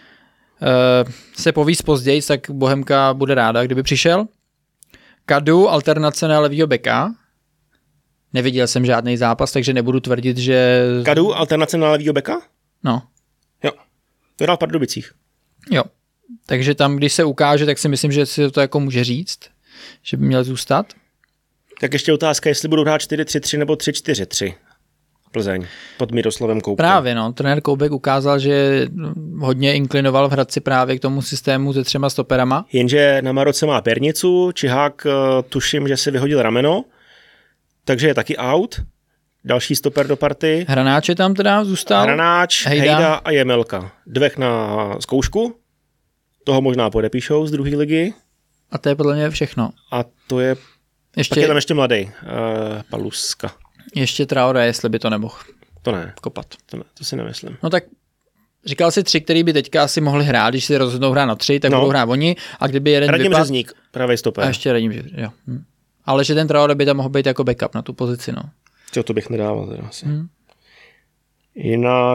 se povíst později, tak Bohemka bude ráda, kdyby přišel. Kadu, alternace na levýho beka. Neviděl jsem žádný zápas, takže nebudu tvrdit, že... Kadu, alternace na levýho beka? No. Jo. To hrál v Pardubicích. Jo. Takže tam, když se ukáže, tak si myslím, že si to jako může říct, že by měl zůstat. Tak ještě otázka, jestli budou hrát čtyři tři tři nebo tři čtyři tři. Plzeň pod Miroslavem Koubkem. Právě, no. Trenér Koubek ukázal, že hodně inklinoval v Hradci právě k tomu systému se třema stoperama. Jenže na Maroce má pernicu, Čihák tuším, že si vyhodil rameno, takže je taky out. Další stoper do party. Hranáč je tam teda zůstal. Hranáč, Hejda, Hejda a Jemelka. Dvech na zkoušku. Toho možná podepíšou z druhé ligy. A to je podle mě všechno. A to je... Ještě... Tak je tam ještě mladý. Uh, Paluska. Ještě Traoré, jestli by to nemohl. To ne. Kopat. To ne, to si nemyslím. No tak říkal si tři, který by teďka asi mohli hrát, když si rozhodnou hrát na tři, tak no. budou hrát oni. A kdyby jeden Radim vypad... Řezník, pravý stoper. A ještě Radim Řezník, jo. Hm. Ale že ten Traoré by tam mohl být jako backup na tu pozici, no. Co to bych nedával teda asi. Hmm. Jinak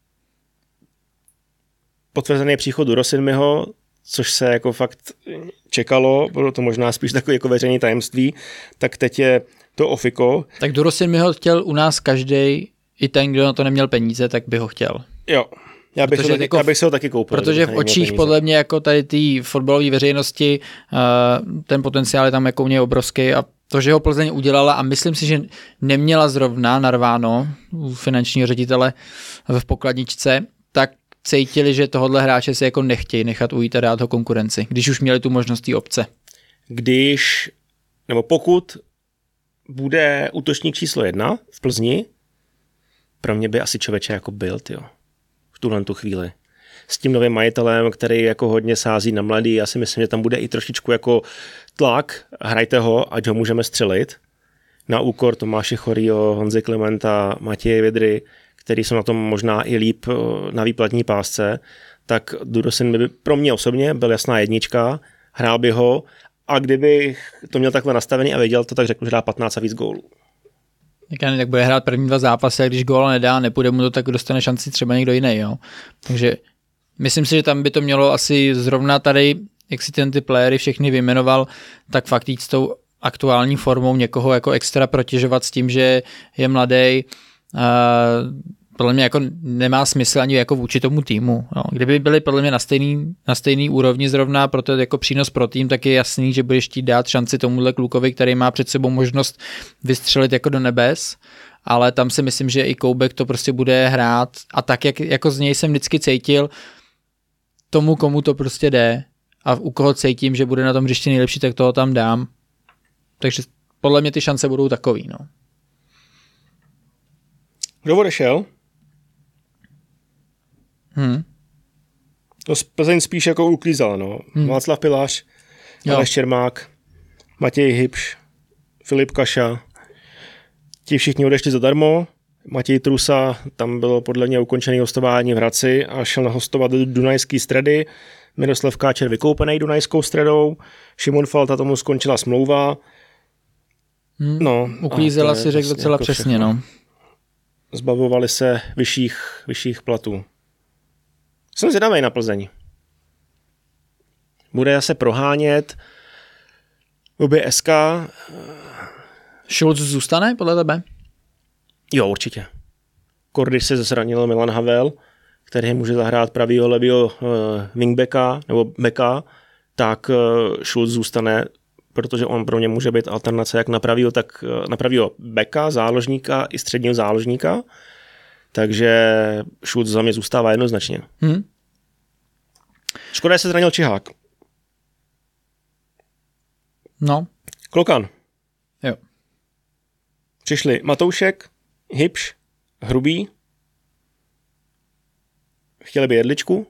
potvrzený příchod Durosinmiho, což se jako fakt čekalo, bylo to možná spíš takové jako veřejné tajemství, tak teď je to ofiko. Tak Durosinmiho chtěl u nás každej, i ten, kdo na to neměl peníze, tak by ho chtěl. Jo. Já bych, taky, jako, já bych se ho taky koupil. Protože v očích podle mě jako tady té fotbalové veřejnosti uh, ten potenciál je tam jako u něj obrovský a to, že ho Plzeň udělala a myslím si, že neměla zrovna narváno u finančního ředitele v pokladničce, tak cítili, že tohohle hráče si jako nechtějí nechat ujít a dát ho konkurenci, když už měli tu možnost té opce. Když, nebo pokud bude útočník číslo jedna v Plzni, pro mě by asi člověče jako byl, tyjo. V tuhle tu chvíli. S tím novým majitelem, který jako hodně sází na mladý, já si myslím, že tam bude i trošičku jako tlak, hrajte ho, ať ho můžeme střelit. Na úkor Tomáše Chorýho, Honzy Klementa, Matěje Vidry, který jsou na tom možná i líp na výplatní pásce, tak Durosin by pro mě osobně byl jasná jednička, hrál by ho a kdybych to měl takhle nastavený a věděl to, tak řekl, že dá patnáct a víc gólů. Tak, tak bude hrát první dva zápasy a když góla nedá, nepůjde mu to, tak dostane šanci třeba někdo jiný. Jo? Takže myslím si, že tam by to mělo asi zrovna tady, jak si ten ty playery všechny vyjmenoval, tak fakt jít s tou aktuální formou někoho jako extra protěžovat s tím, že je mladý. Podle mě jako nemá smysl ani jako vůči tomu týmu. No. Kdyby byli podle mě na stejný, na stejný úrovni zrovna, proto jako přínos pro tým, tak je jasný, že budeš chtít dát šanci tomuhle klukovi, který má před sebou možnost vystřelit jako do nebes, ale tam si myslím, že i Koubek to prostě bude hrát a tak, jak jako z něj jsem vždycky cítil, tomu, komu to prostě jde a u koho cítím, že bude na tom hřišti nejlepší, tak toho tam dám. Takže podle mě ty šance budou takový, no. Kdo odešel? Hmm. To Plzeň spíš jako uklízal, no. Hmm. Václav Pilář, Aleš Čermák. Matěj Hybš, Filip Kaša, ti všichni odešli zadarmo. Matěj Trusa, tam bylo podle mě ukončené hostování v Hradci a šel hostovat do Dunajský Stredy. Miroslav Káčer vykoupený Dunajskou Stredou. Šimon Falta, tomu skončila smlouva. Hmm, no, uklízela si řekl docela jako přesně. Všechno. No. Zbavovali se vyšších, vyšších platů. Jsem zvědavej na Plzeň. Bude zase prohánět obě S K. Schulz zůstane podle tebe? Jo, určitě. Kordyš se zranil Milan Havel, který může zahrát pravýho levýho uh, wingbacka nebo backa, tak uh, Schulz zůstane, protože on pro ně může být alternace jak na pravýho, tak uh, na pravýho backa, záložníka i středního záložníka. Takže Schulz za mě zůstává jednoznačně. Hmm. Škoda, že se zranil Čihák. No. Klokan. Jo. Přišli Matoušek, Hybš, Hrubý, chtěli by Jedličku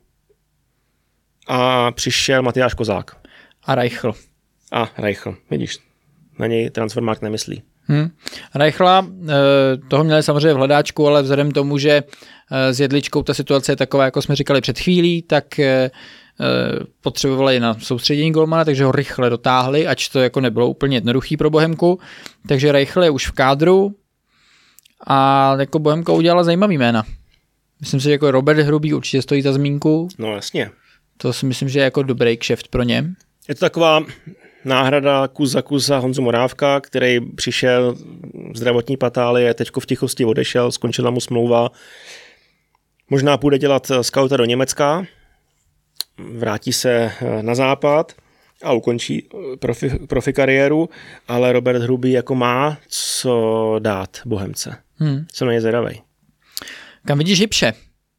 a přišel Matyáš Kozák. A Reichl. A Reichl, vidíš, na něj Transfermarkt nemyslí. Hmm. Reichla, toho měli samozřejmě v hledáčku, ale vzhledem tomu, že s Jedličkou ta situace je taková, jako jsme říkali před chvílí, tak potřebovali na soustředění golmana, takže ho rychle dotáhli, ač to jako nebylo úplně jednoduchý pro Bohemku. Takže Reichl je už v kádru a jako Bohemka udělala zajímavý jména. Myslím si, že jako Robert Hrubý určitě stojí za zmínku. No jasně. To si myslím, že je jako dobrý kšeft pro ně. Je to taková náhrada kus za kus za Honzu Morávka, který přišel zdravotní patálie, teďko v tichosti odešel, skončila mu smlouva. Možná půjde dělat skauta do Německa, vrátí se na západ a ukončí profi, profi kariéru, ale Robert Hrubý jako má co dát Bohemce. Hmm. Jsem na ně zvědavej. Kam vidíš Hybše?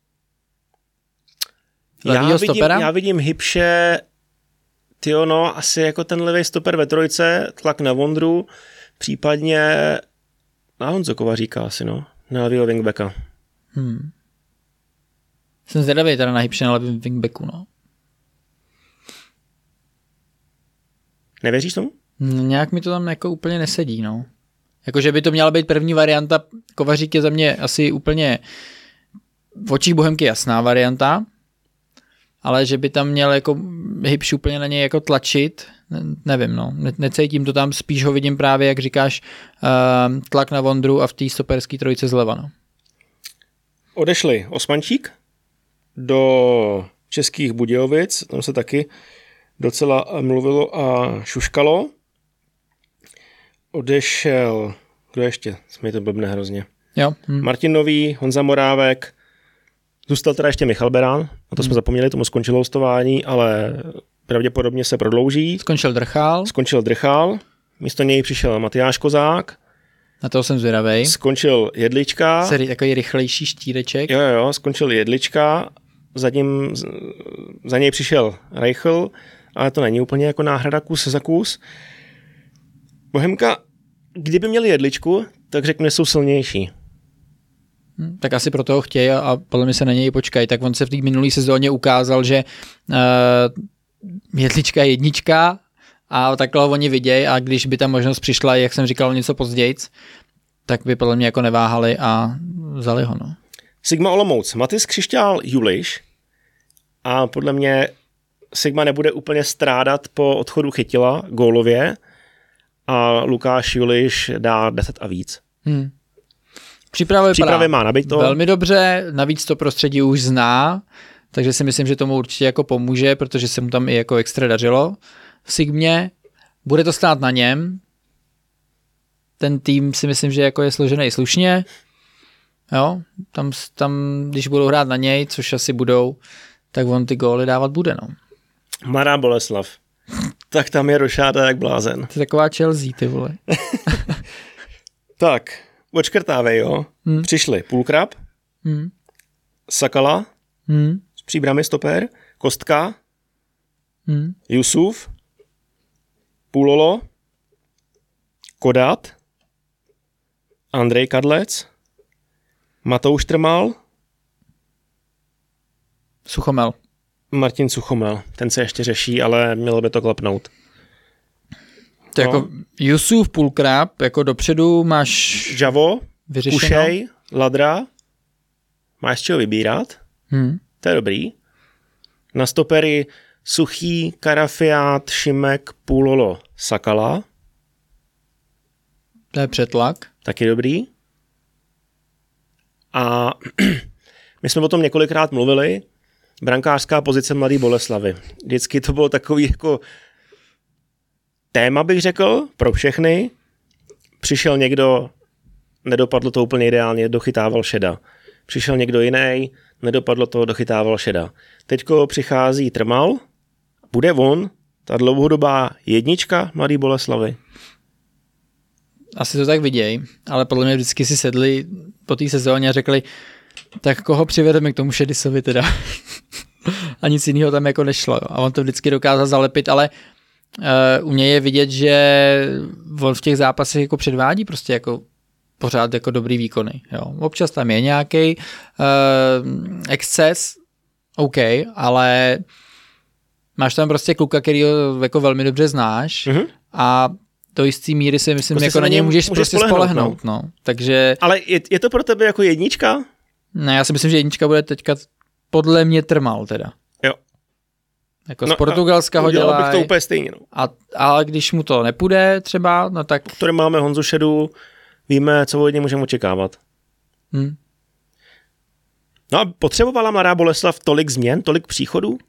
Já vidím, já vidím Hybše, tyjo, no, asi jako ten levý stoper ve trojce, tlak na Vondru, případně na Honzo Kovaříka asi, no, na levýho wingbacka. Hmm. Jsem zvědavý teda na Hybše na levým wingbacku, no. Nevěříš tomu? Nějak mi to tam jako úplně nesedí, no. Jakože by to měla být první varianta, Kovařík je za mě asi úplně v očích Bohemky jasná varianta, ale že by tam měl jako Hybš úplně na něj jako tlačit, nevím, no. Ne- necítím to tam, spíš ho vidím právě, jak říkáš, uh, tlak na Vondru a v té stoperské trojice zleva, no. Odešli Osmančík do Českých Budějovic, tam se taky docela mluvilo a šuškalo. Odešel, kdo ještě? Mi to blbne hrozně. Jo. Hm. Martin Nový, Honza Morávek, zůstal teda ještě Michal Berán, na to hm. jsme zapomněli, tomu skončilo hostování, ale pravděpodobně se prodlouží. Skončil Drchál. Skončil Drchál, místo něj přišel Matyáš Kozák. Na toho jsem zvědavej. Skončil Jedlička. Seri, takový rychlejší štíreček. Jo, jo, skončil Jedlička, za, ním, za něj přišel Reichl, ale to není úplně jako náhrada kus za kus. Bohemka, kdyby měli Jedličku, tak řeknu, že jsou silnější. Hmm, tak asi proto ho chtějí a, a podle mě se na něj počkají. Tak on se v té minulé sezóně ukázal, že uh, Jedlička je jednička a takhle ho oni vidějí a když by ta možnost přišla, jak jsem říkal, něco pozdějc, tak by podle mě jako neváhali a vzali ho. No. Sigma Olomouc, Matys Křišťál Juliš a podle mě Sigma nebude úplně strádat po odchodu Chytila gólově a Lukáš Juliš dá deset a víc. Hmm. Přípravy, Přípravy má nabito. Velmi dobře, navíc to prostředí už zná, takže si myslím, že tomu určitě jako pomůže, protože se mu tam i jako extra dařilo v Sigmě. Bude to stát na něm. Ten tým si myslím, že jako je složený slušně. Jo, tam, tam, když budou hrát na něj, což asi budou, tak on ty góly dávat bude, no. Mladá Boleslav. Tak tam je rošáda jak blázen. To je taková Chelsea, ty vole. Tak, odškrtávej, jo. Hmm. Přišli Půlkrab, hmm. Sakala, hmm. z příbramy stoper, Kostka, hmm. Jusuf, Půlolo, Kodat, Andrej Kadlec, Matouš Trmal, Suchomel. Martin Suchomel. Ten se ještě řeší, ale mělo by to klapnout. To no. Jako Jusuf, Pulkrab, jako dopředu máš Javo, vyřešeno. Kušej, Ladra, máš z čeho vybírat, hmm. to je dobrý. Na stopery Suchý, Karafiát, Šimek, Půlolo, Sakala. To je přetlak. Taky dobrý. A my jsme o tom několikrát mluvili, brankářská pozice Mladý Boleslavy. Vždycky to bylo takový jako téma, bych řekl, pro všechny. Přišel někdo, nedopadlo to úplně ideálně, dochytával Šeda. Přišel někdo jiný, nedopadlo to, dochytával Šeda. Teďko přichází Trmal, bude on, ta dlouhodobá jednička Mladý Boleslavy. Asi to tak viděj, ale podle mě vždycky si sedli po té sezóně a řekli, tak koho přivedeme k tomu Šedisovi teda. A nic jiného tam jako nešlo. Jo. A on to vždycky dokázal zalepit, ale uh, u něj je vidět, že on v těch zápasech jako předvádí prostě jako pořád jako dobrý výkony. Jo. Občas tam je nějaký uh, exces, OK, ale máš tam prostě kluka, který ho jako velmi dobře znáš mm-hmm. a do jistý míry si myslím, prostě jako na něj můžeš, můžeš prostě spolehnout. No. No. Takže... Ale je, je to pro tebe jako jednička? Ne, já si myslím, že jednička bude teďka podle mě Trmal teda. Jo. Jako no, z Portugalska ho dělá. Bych to úplně stejně. No. A, ale když mu to nepůjde třeba, no tak... Který máme Honzu Šedu, víme, co od něj můžeme očekávat. Hmm. No a potřebovala Mladá Boleslav tolik změn, tolik příchodů?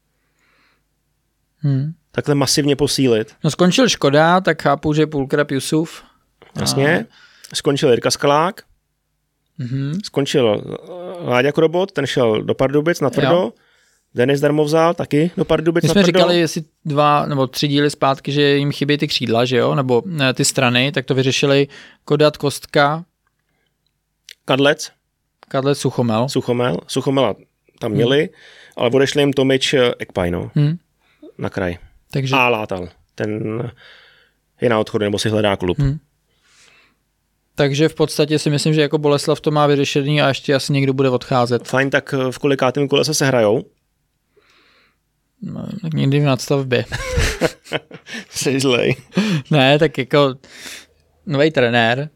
Hmm. Takhle masivně posílit. No skončil Škoda, tak chápu, že Pulkrab Jusuf. Jasně. A... Skončil Jirka Skalák. Mm-hmm. Skončil Láďa Krobot, ten šel do Pardubic na tvrdo. Jo. Denis Darmovzal taky do Pardubic na tvrdo. My jsme říkali, jestli dva nebo tři díly zpátky, že jim chybí ty křídla, že jo, nebo ne, ty strany, tak to vyřešili Kodat, Kostka. Kadlec. Kadlec, Suchomel. Suchomel. Suchomela tam měli, hmm. ale odešli jim Tomič, Ekpaj, no. Hmm. Na kraj. Takže... A Látal. Ten je na odchodu, nebo si hledá klub. Hmm. Takže v podstatě si myslím, že jako Boleslav to má vyřešený a ještě asi někdo bude odcházet. Fajn, tak v kolikátém kole se hrajou? No, tak někdy v nadstavbě. Jsi zlej. Ne, tak jako nový trenér.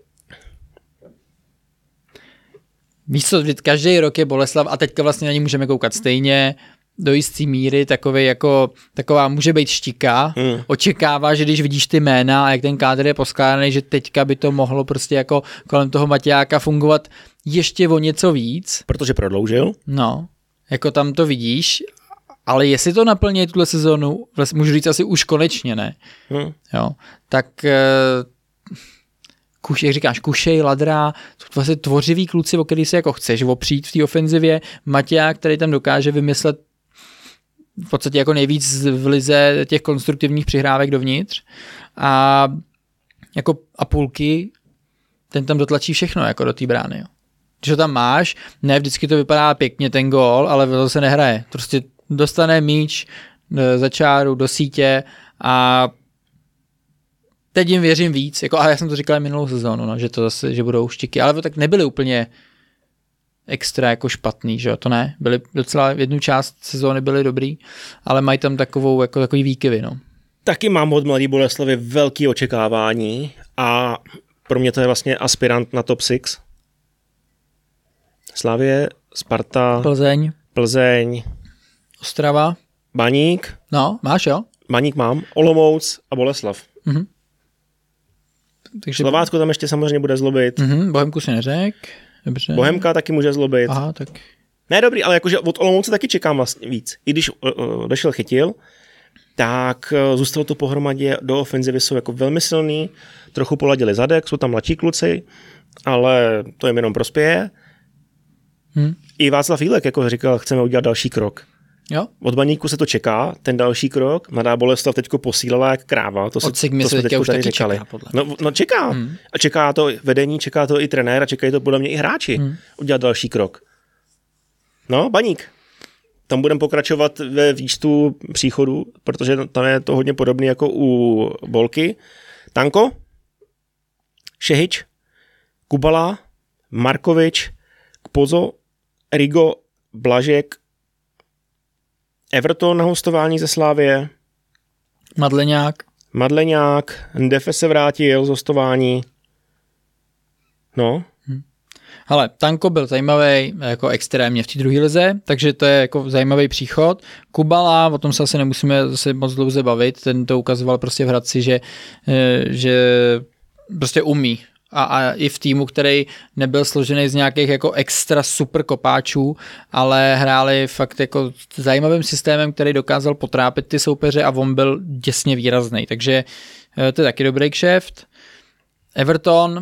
Víš co, každý rok je Boleslav a teďka vlastně na ní můžeme koukat stejně. Do jistý míry takovej jako, taková může být štika. Hmm. Očekává, že když vidíš ty jména a jak ten kádr je poskládaný, že teďka by to mohlo prostě jako kolem toho Matějáka fungovat ještě o něco víc. Protože prodloužil. No, jako tam to vidíš, ale jestli to naplní tuhle sezónu, vlastně můžu říct asi už konečně, ne? Hmm. Jo, tak kuš, jak říkáš, Kušej, Ladra, vlastně tvořivý kluci, o který se jako chceš opřít v té ofenzivě. Matěják, který tam dokáže vymyslet v podstatě jako nejvíc v lize těch konstruktivních přihrávek dovnitř a jako a půlky, ten tam dotlačí všechno jako do té brány. Jo. Když ho tam máš, ne vždycky to vypadá pěkně ten gól, ale to se nehraje. Prostě dostane míč za čáru do sítě a teď jim věřím víc. Jako, a já jsem to říkal minulou sezónu, no, že to zase, že budou štiky, ale tak nebyly úplně extra jako špatný, že jo, to ne, byly docela jednu část sezóny byly dobrý, ale mají tam takovou, jako takový výkyvy, no. Taky mám od Mladý Boleslavy velký očekávání a pro mě to je vlastně aspirant na top šest. Slavie, Sparta, Plzeň, Plzeň, Ostrava, Baník. No, máš jo? Baník mám, Olomouc a Boleslav. Mhm. Takže... Slovácko tam ještě samozřejmě bude zlobit. Mhm, Bohemku si neřek. Dobře. Bohemka taky může zlobit. Aha, tak. Ne, dobrý, ale jakože od Olomouce taky čekám vlastně víc. I když odešel Chytil, tak zůstalo to pohromadě, do ofenzivy jsou jako velmi silný, trochu poladili zadek, jsou tam mladší kluci, ale to jim jenom prospěje. Hmm. I Václav Jílek jako říkal, chceme udělat další krok. Jo. Od Baníku se to čeká, ten další krok. Mladá Boleslav teďko posílala jak kráva. To, se, to jsme teďko tady říkali. Čeká, no, no čeká. Hmm. A čeká to vedení, čeká to i trenér a čekají to podle mě i hráči. Hmm. Udělat další krok. No, Baník. Tam budeme pokračovat ve výčtu příchodu, protože tam je to hodně podobné jako u Bolky. Tanko, Šehič, Kubala, Markovič, Kpozo, Rigo, Blažek, Everton na hostování ze Slávie, Madleňák, Madleňák, Ndefe se vrátil z hostování. No. Hmm. Hele, Tanko byl zajímavý jako extrémně v té druhé lize, takže to je jako zajímavý příchod. Kubala, o tom se asi nemusíme zase moc dlouze bavit, ten to ukazoval prostě v Hradci, že, že prostě umí. A, a i v týmu, který nebyl složený z nějakých jako extra super kopáčů, ale hráli fakt jako zajímavým systémem, který dokázal potrápit ty soupeře a on byl děsně výrazný. Takže to je taky dobrý kšeft. Everton,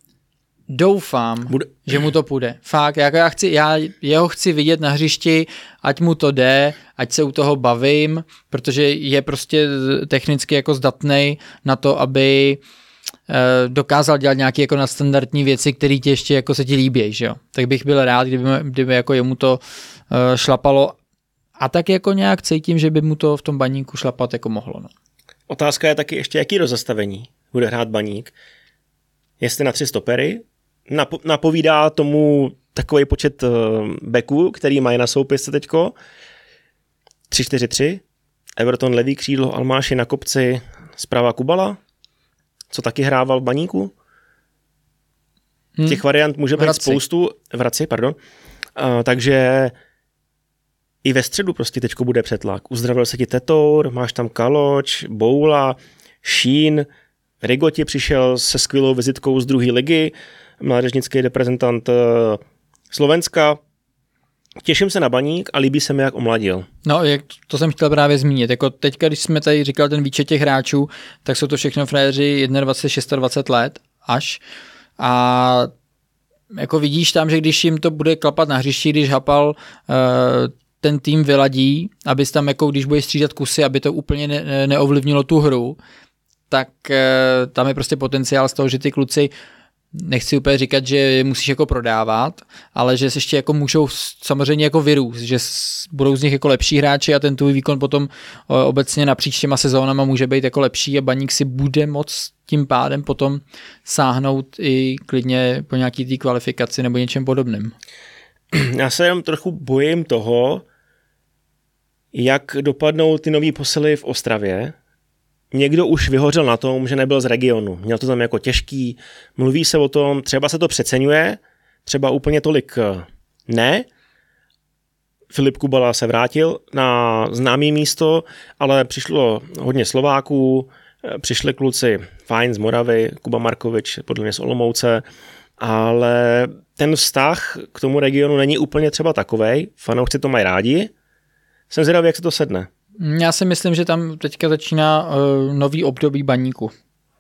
doufám, Bude. že mu to půjde. Fakt, jako já, chci, já jeho chci vidět na hřišti, ať mu to jde, ať se u toho bavím, protože je prostě technicky jako zdatnej na to, aby dokázal dělat nějaké jako nadstandardní věci, které ti ještě jako se ti líbí, že jo. Tak bych byl rád, kdyby, kdyby jako jemu to uh, šlapalo a tak jako nějak cítím, že by mu to v tom Baníku šlapat jako mohlo. No. Otázka je taky ještě, jaký rozestavení bude hrát Baník. Jestli na tři stopery, napo- napovídá tomu takový počet uh, backů, který mají na soupisce teďko. tři čtyři tři, Everton levý křídlo, Almáši na kopci, zprava Kubala, co taky hrával v Baníku. Hmm. Těch variant může být spoustu. V Hradci, pardon. Uh, takže i ve středu prostě teďko bude přetlak. Uzdravil se ti Tetour, máš tam Kaloč, Boula, Šín, Rigoti přišel se skvělou vizitkou z druhé ligy, mládežnický reprezentant uh, Slovenska. Těším se na Baník a líbí se mi, jak omladil. No, jak to jsem chtěl právě zmínit. Jako teďka, když jsme tady říkal ten výčet těch hráčů, tak jsou to všechno frajeři dvacet jedna, dvacet šest let až. A jako vidíš tam, že když jim to bude klapat na hřišti, když Hapal uh, ten tým vyladí, abys tam, jako když budeš střídat kusy, aby to úplně ne- neovlivnilo tu hru, tak uh, tam je prostě potenciál z toho, že ty kluci, nechci úplně říkat, že je musíš jako prodávat, ale že se ještě jako můžou samozřejmě jako vyrůst, že budou z nich jako lepší hráči a ten tvůj výkon potom obecně napříč těma sezónama může být jako lepší a Baník si bude moc tím pádem potom sáhnout i klidně po nějaký té kvalifikaci nebo něčem podobným. Já se jenom trochu bojím toho, jak dopadnou ty nový posily v Ostravě. Někdo už vyhořel na tom, že nebyl z regionu. Měl to tam jako těžký. Mluví se o tom, třeba se to přeceňuje, třeba úplně tolik ne. Filip Kubala se vrátil na známý místo, ale přišlo hodně Slováků, přišli kluci fajn z Moravy, Kuba Markovič, podle mě z Olomouce, ale ten vztah k tomu regionu není úplně třeba takovej. Fanoušci to mají rádi. Jsem zvědavý, jak se to sedne. Já si myslím, že tam teďka začíná uh, nový období Baníku.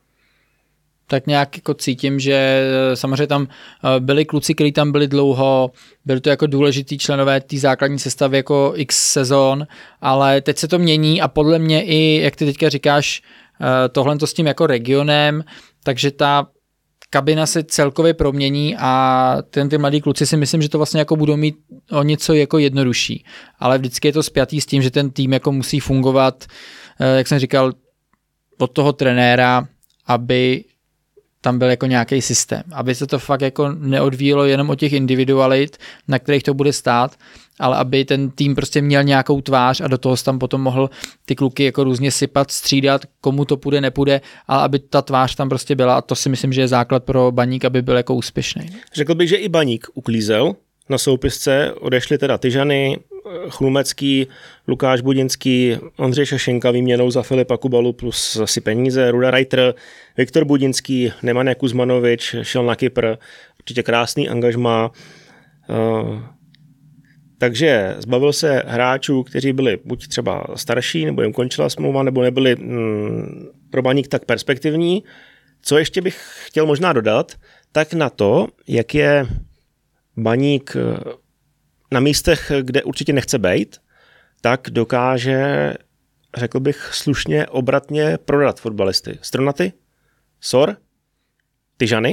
Tak nějak jako cítím, že samozřejmě tam uh, byli kluci, kteří tam byli dlouho, byli to jako důležitý členové té základní sestavy jako x sezon, ale teď se to mění a podle mě i, jak ty teďka říkáš, uh, tohle to s tím jako regionem, takže ta kabina se celkově promění a ten ty mladí kluci si myslím, že to vlastně jako budou mít o něco jako jednodušší. Ale vždycky je to spjatý s tím, že ten tým jako musí fungovat, jak jsem říkal, od toho trenéra, aby tam byl jako nějaký systém. Aby se to fakt jako neodvíjelo jenom od těch individualit, na kterých to bude stát, ale aby ten tým prostě měl nějakou tvář a do toho tam potom mohl ty kluky jako různě sypat, střídat, komu to půjde, nepůjde, ale aby ta tvář tam prostě byla a to si myslím, že je základ pro Baník, aby byl jako úspěšný. Řekl bych, že i Baník uklízel na soupisce, odešli teda Tyžany, Chlumecký, Lukáš Budinský, Ondřej Šašenka výměnou za Filipa Kubalu plus asi peníze, Ruda Reiter, Viktor Budinský, Nemanja Kuzmanovič, šel na Kypr, určitě krásný angažmá. Uh, takže zbavil se hráčů, kteří byli buď třeba starší, nebo jim končila smlouva, nebo nebyli mm, pro Baník tak perspektivní. Co ještě bych chtěl možná dodat, tak na to, jak je Baník na místech, kde určitě nechce bejt, tak dokáže, řekl bych, slušně obratně prodat fotbalisty. Stronaty, Sor, Tyžany,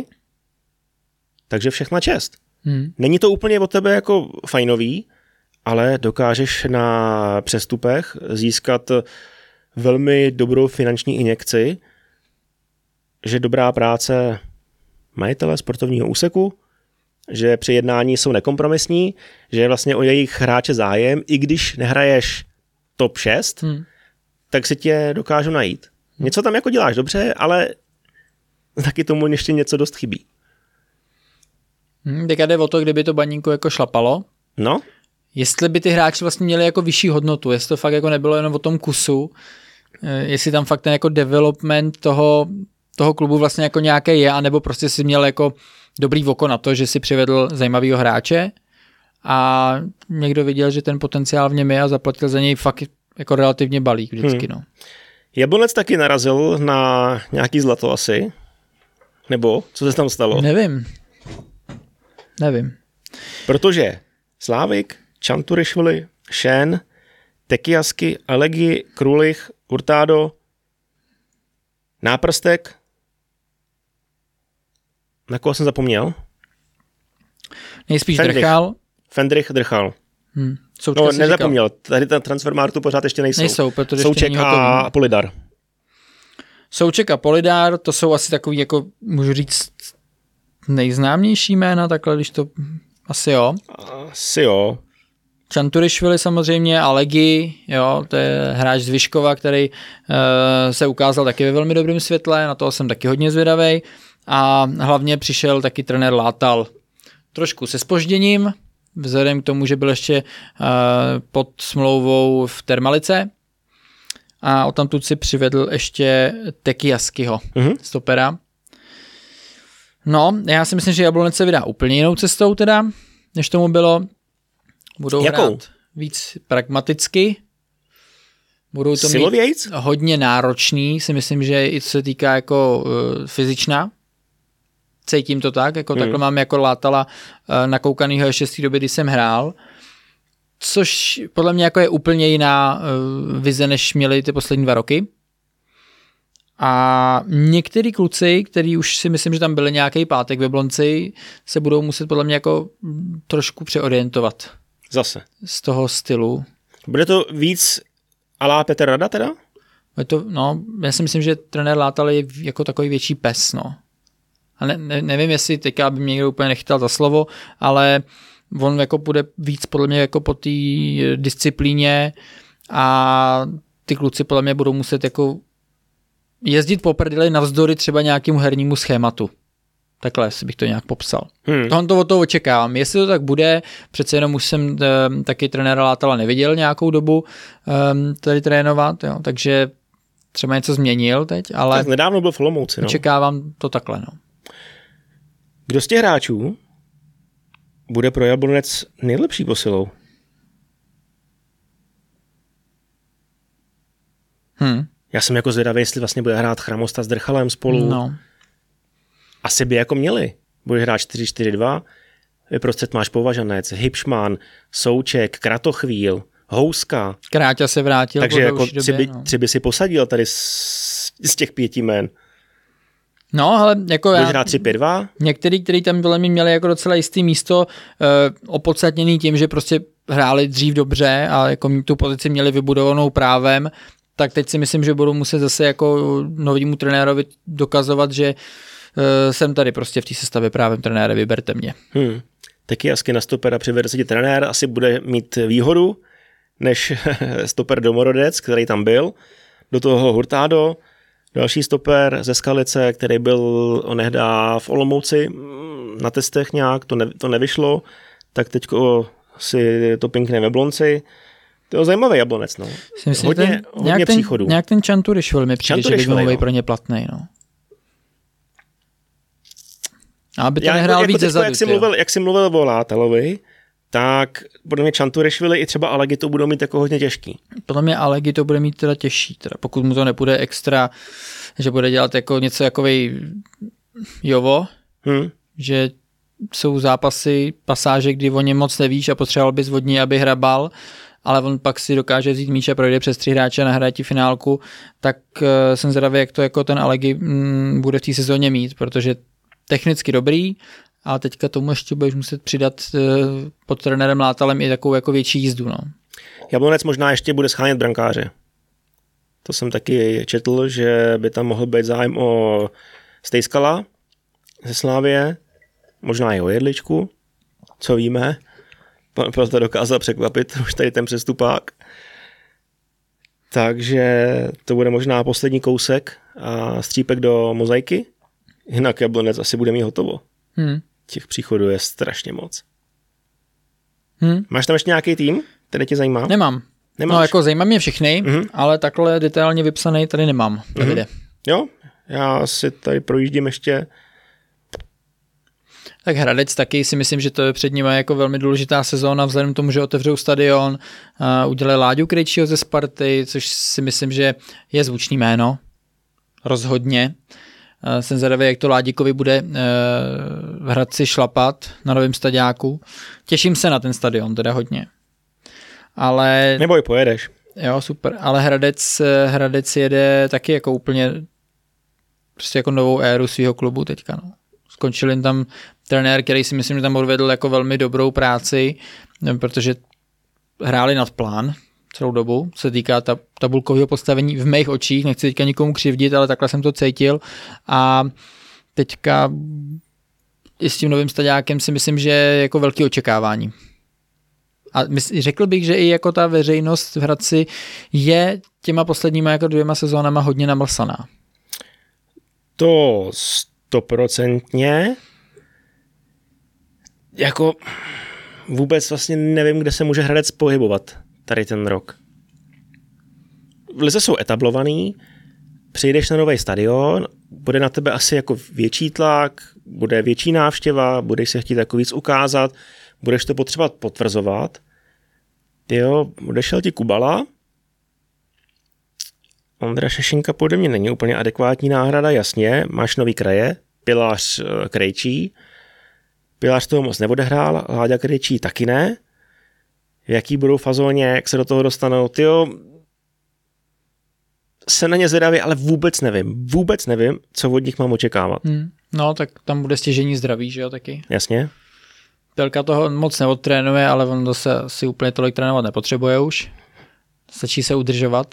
takže všechna čest. Hmm. Není to úplně od tebe jako fajnový, ale dokážeš na přestupech získat velmi dobrou finanční injekci, že dobrá práce majitele sportovního úseku, že při jednání jsou nekompromisní, že je vlastně o jejich hráče zájem, i když nehraješ top šest, hmm. tak si tě dokážu najít. Něco tam jako děláš dobře, ale taky tomu ještě něco dost chybí. Hmm, teďka jde o to, kdyby to Baníku jako šlapalo. No. Jestli by ty hráči vlastně měli jako vyšší hodnotu, jestli to fakt jako nebylo jenom o tom kusu, jestli tam fakt ten jako development toho, toho klubu vlastně jako nějaké je, anebo prostě si měl jako dobrý oko na to, že si přivedl zajímavýho hráče a někdo viděl, že ten potenciál v něm je a zaplatil za něj fakt jako relativně balík vždycky. Hmm. No. Jablonec taky narazil na nějaký zlato asi? Nebo co se tam stalo? Nevím. Nevím. Protože Slávik, Čanturišvili, Šen, Tekiasky, Alegi, Krulich, Hurtado, Náprstek. Na koho jsem zapomněl? Nejspíš Fendrich. Drchal. Fendrich, Drchal. Hmm. No, nezapomněl. Říkal. Tady ten transfermarktu pořád ještě nejsou. Nejsou, protože Souček ještě není hotový. a Polidar. Souček a Polidar, to jsou asi takový, jako můžu říct, nejznámější jména, takhle, když to asi jo. Asi jo. Čanturišvili samozřejmě, Alegi, jo, to je hráč z Vyškova, který uh, se ukázal taky ve velmi dobrém světle, na toho jsem taky hodně zvědavej. A hlavně přišel taky trenér Látal. Trošku se zpožděním, vzhledem k tomu, že byl ještě uh, pod smlouvou v Termalice. A odtamtud si přivedl ještě Tekiaskyho, mm-hmm. stopera. No, já si myslím, že Jablonec se vydá úplně jinou cestou teda, než tomu bylo. Budou Jakou? hrát víc pragmaticky. Budou to Silovějc? mít hodně náročný, si myslím, že i co se týká jako uh, fyzična. Cítím to tak, jako hmm. takhle mám jako Látala uh, nakoukanýho ještě z té doby, kdy jsem hrál. Což podle mě jako je úplně jiná uh, vize, než měli ty poslední dva roky. A některý kluci, který už si myslím, že tam byli nějaký pátek ve Blonci, se budou muset podle mě jako trošku přeorientovat. Zase. Z toho stylu. Bude to víc a la Petr Rada teda? Je to, no, já si myslím, že trenér Látal je jako takový větší pes, no. A ne, ne, nevím, jestli teďka by mě někdo úplně nechytal za slovo, ale on jako bude víc podle mě jako po té disciplíně a ty kluci podle mě budou muset jako jezdit po prdeli navzdory třeba nějakému hernímu schématu. Takhle si bych to nějak popsal. Hmm. Tohle to od toho očekávám. Jestli to tak bude, přece jenom už jsem e, taky trenéra Látala neviděl nějakou dobu e, tady trénovat, jo, takže třeba něco změnil teď, ale tak nedávno byl v Olomouci. No. Očekávám to takhle. No. Kdo z těch hráčů bude pro Jablonec nejlepší posilou? Hmm. Já jsem jako zvědavý, jestli vlastně bude hrát Chramosta s Drchalem spolu. No. Asi by jako měli. Bude hrát čtyři čtyři dva, vyprostřed máš Považanec, Hipšman, Souček, Kratochvíl, Houska. Kráťa se vrátil. Takže jako době, tři, by, no. tři by si posadil tady z, z těch pěti jmén. No, ale jako Budeš já... hrát tři pět dva? Některý, který tam byli, měli jako docela jistý místo, eh, opodstatněný tím, že prostě hráli dřív dobře a jako tu pozici měli vybudovanou právem, tak teď si myslím, že budou muset zase jako novýmu trenérovi dokazovat, že uh, jsem tady prostě v té sestavě právem trenére, vyberte mě. Hmm. Taky jasky na stopera přivede se ti trenér, asi bude mít výhodu, než stoper Domorodec, který tam byl. Do toho Hurtado, další stoper ze Skalice, který byl onehdá v Olomouci na testech nějak, to, ne, to nevyšlo, tak teďko si to pinkne ve Blonci. To je zajímavý Jablonec, no. Myslím, hodně ten, hodně nějak příchodů. Ten, nějak ten Čanturišvili mi přijde, že by byl no. pro ně platný, no. A aby to Já, nehrál jako víc teďko, zezadu. Jak jsi, mluvil, jak jsi mluvil o Látalovi, tak podle mě Čanturišvili i třeba Alegi to budou mít jako hodně těžký. Podle mě Alegi to bude mít teda těžší, teda pokud mu to nepůjde extra, že bude dělat jako něco jakovej jovo, hmm. že jsou zápasy, pasáže, kdy o něm moc nevíš a potřeboval bys od ní, aby hrabal, ale on pak si dokáže vzít míč a projde přes tři hráče a nahraje ti finálku, tak uh, jsem zvědavý, jak to jako ten Alegi mm, bude v té sezóně mít, protože technicky dobrý, a teďka tomu ještě budeš muset přidat uh, pod trenérem Látalem i takovou jako větší jízdu. No. Jablonec možná ještě bude schánět brankáře. To jsem taky četl, že by tam mohl být zájem o Stejskala ze Slávie, možná i o Jedličku, co víme. Proto dokázal překvapit už tady ten přestupák. Takže to bude možná poslední kousek a střípek do mozaiky. Jinak Jablonec asi bude mít hotovo. Hmm. Těch příchodů je strašně moc. Hmm. Máš tam ještě nějaký tým, který tě zajímá? Nemám. Nemáš? No jako zajímá mě všechny, mm-hmm. ale takhle detailně vypsaný tady nemám. Mm-hmm. Jo, já si tady projíždím ještě. Tak Hradec taky si myslím, že to je před nimi jako velmi důležitá sezóna, vzhledem k tomu, že otevřou stadion, uh, udělali Láďu Krejčího ze Sparty, což si myslím, že je zvučný jméno. Rozhodně. Uh, jsem zvědavý, jak to Ládíkovi bude uh, v Hradci šlapat na novém stadiáku. Těším se na ten stadion, teda hodně. Ale... Neboj, pojedeš. Jo, super. Ale Hradec, Hradec jede taky jako úplně prostě jako novou éru svého klubu teďka, no. Skončil jim tam trenér, který si myslím, že tam odvedl jako velmi dobrou práci, protože hráli nad plán celou dobu, co se týká ta, tabulkového postavení v mých očích, nechci teďka nikomu křivdit, ale takhle jsem to cítil a teďka i s tím novým stadiákem si myslím, že je jako velké očekávání. A mysl, řekl bych, že i jako ta veřejnost v Hradci je těma posledníma jako dvěma sezónama hodně namlsaná. To stoprocentně. Jako vůbec vlastně nevím, kde se může Hradec pohybovat tady ten rok. V lize jsou etablovaný, přijdeš na nový stadion, bude na tebe asi jako větší tlak, bude větší návštěva, budeš se chtít jako víc ukázat, budeš to potřebovat potvrzovat. Jo, odešel ti Kubala. Ondra Šešinka podle mě není úplně adekvátní náhrada, jasně, máš nový kraje, Pilář Krejčí. Pilář toho moc neodehrál, Láďa Krejčí taky ne. V jaký budou fazóně, jak se do toho dostanou, tyjo, se na ně zvědavě, ale vůbec nevím, vůbec nevím, co od nich mám očekávat. Hmm. No, tak tam bude stěžení zdraví, že jo, taky. Jasně. Pelka toho moc neodtrénuje, ale on zase si úplně tolik trénovat nepotřebuje už. Stačí se udržovat.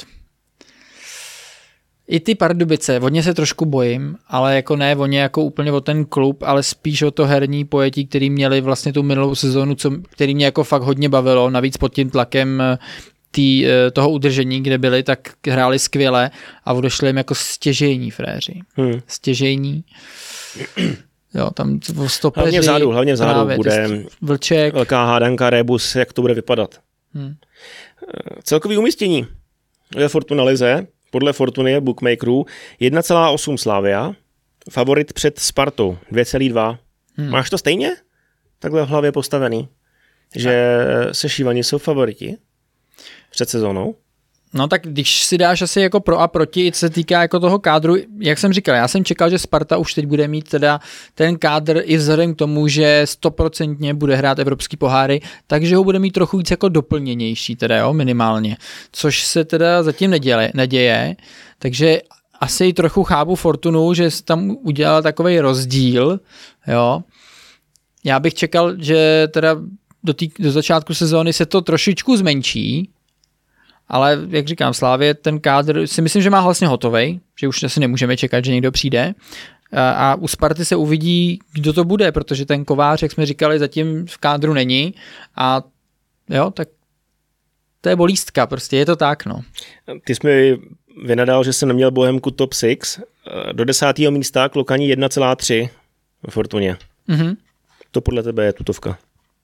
I ty Pardubice, od ně se trošku bojím, ale jako ne o ně jako úplně o ten klub, ale spíš o to herní pojetí, který měli vlastně tu minulou sezónu, co, který mě jako fakt hodně bavilo, navíc pod tím tlakem tý, toho udržení, kde byli, tak hráli skvěle a odešli jim jako stěžejní fréři. Hmm. Stěžejní. Jo, tam stopeři. Hlavně vzadu, hlavně vzadu právě, bude Vlček. Velká hádanka, rebus, jak to bude vypadat. Hmm. Celkový umístění ve Fortuna lize, podle Fortuny bookmakerů, jedna celá osm Slavia, favorit před Spartou, dvě celá dva. Hmm. Máš to stejně? Takhle v hlavě postavený, že sešívaní jsou favoriti před sezónou? No tak když si dáš asi jako pro a proti, co se týká jako toho kádru, jak jsem říkal, já jsem čekal, že Sparta už teď bude mít teda ten kádr i vzhledem k tomu, že stoprocentně bude hrát evropský poháry, takže ho bude mít trochu víc jako doplněnější, teda jo, minimálně, což se teda zatím neděje, neděje, takže asi i trochu chápu Fortunu, že tam udělal takovej rozdíl, jo. Já bych čekal, že teda do, tý, do začátku sezóny se to trošičku zmenší, ale jak říkám, Slávě ten kádr si myslím, že má vlastně hotovej, že už asi nemůžeme čekat, že někdo přijde. A, a u Sparty se uvidí, kdo to bude, protože ten Kovář, jak jsme říkali, zatím v kádru není. A jo, tak to je bolístka, prostě je to tak, no. Ty jsi mi vynadal, že jsem neměl Bohemku top šest. Do desátého místa klokaní jedna celá tři v Fortuně. Mm-hmm. To podle tebe je tutovka.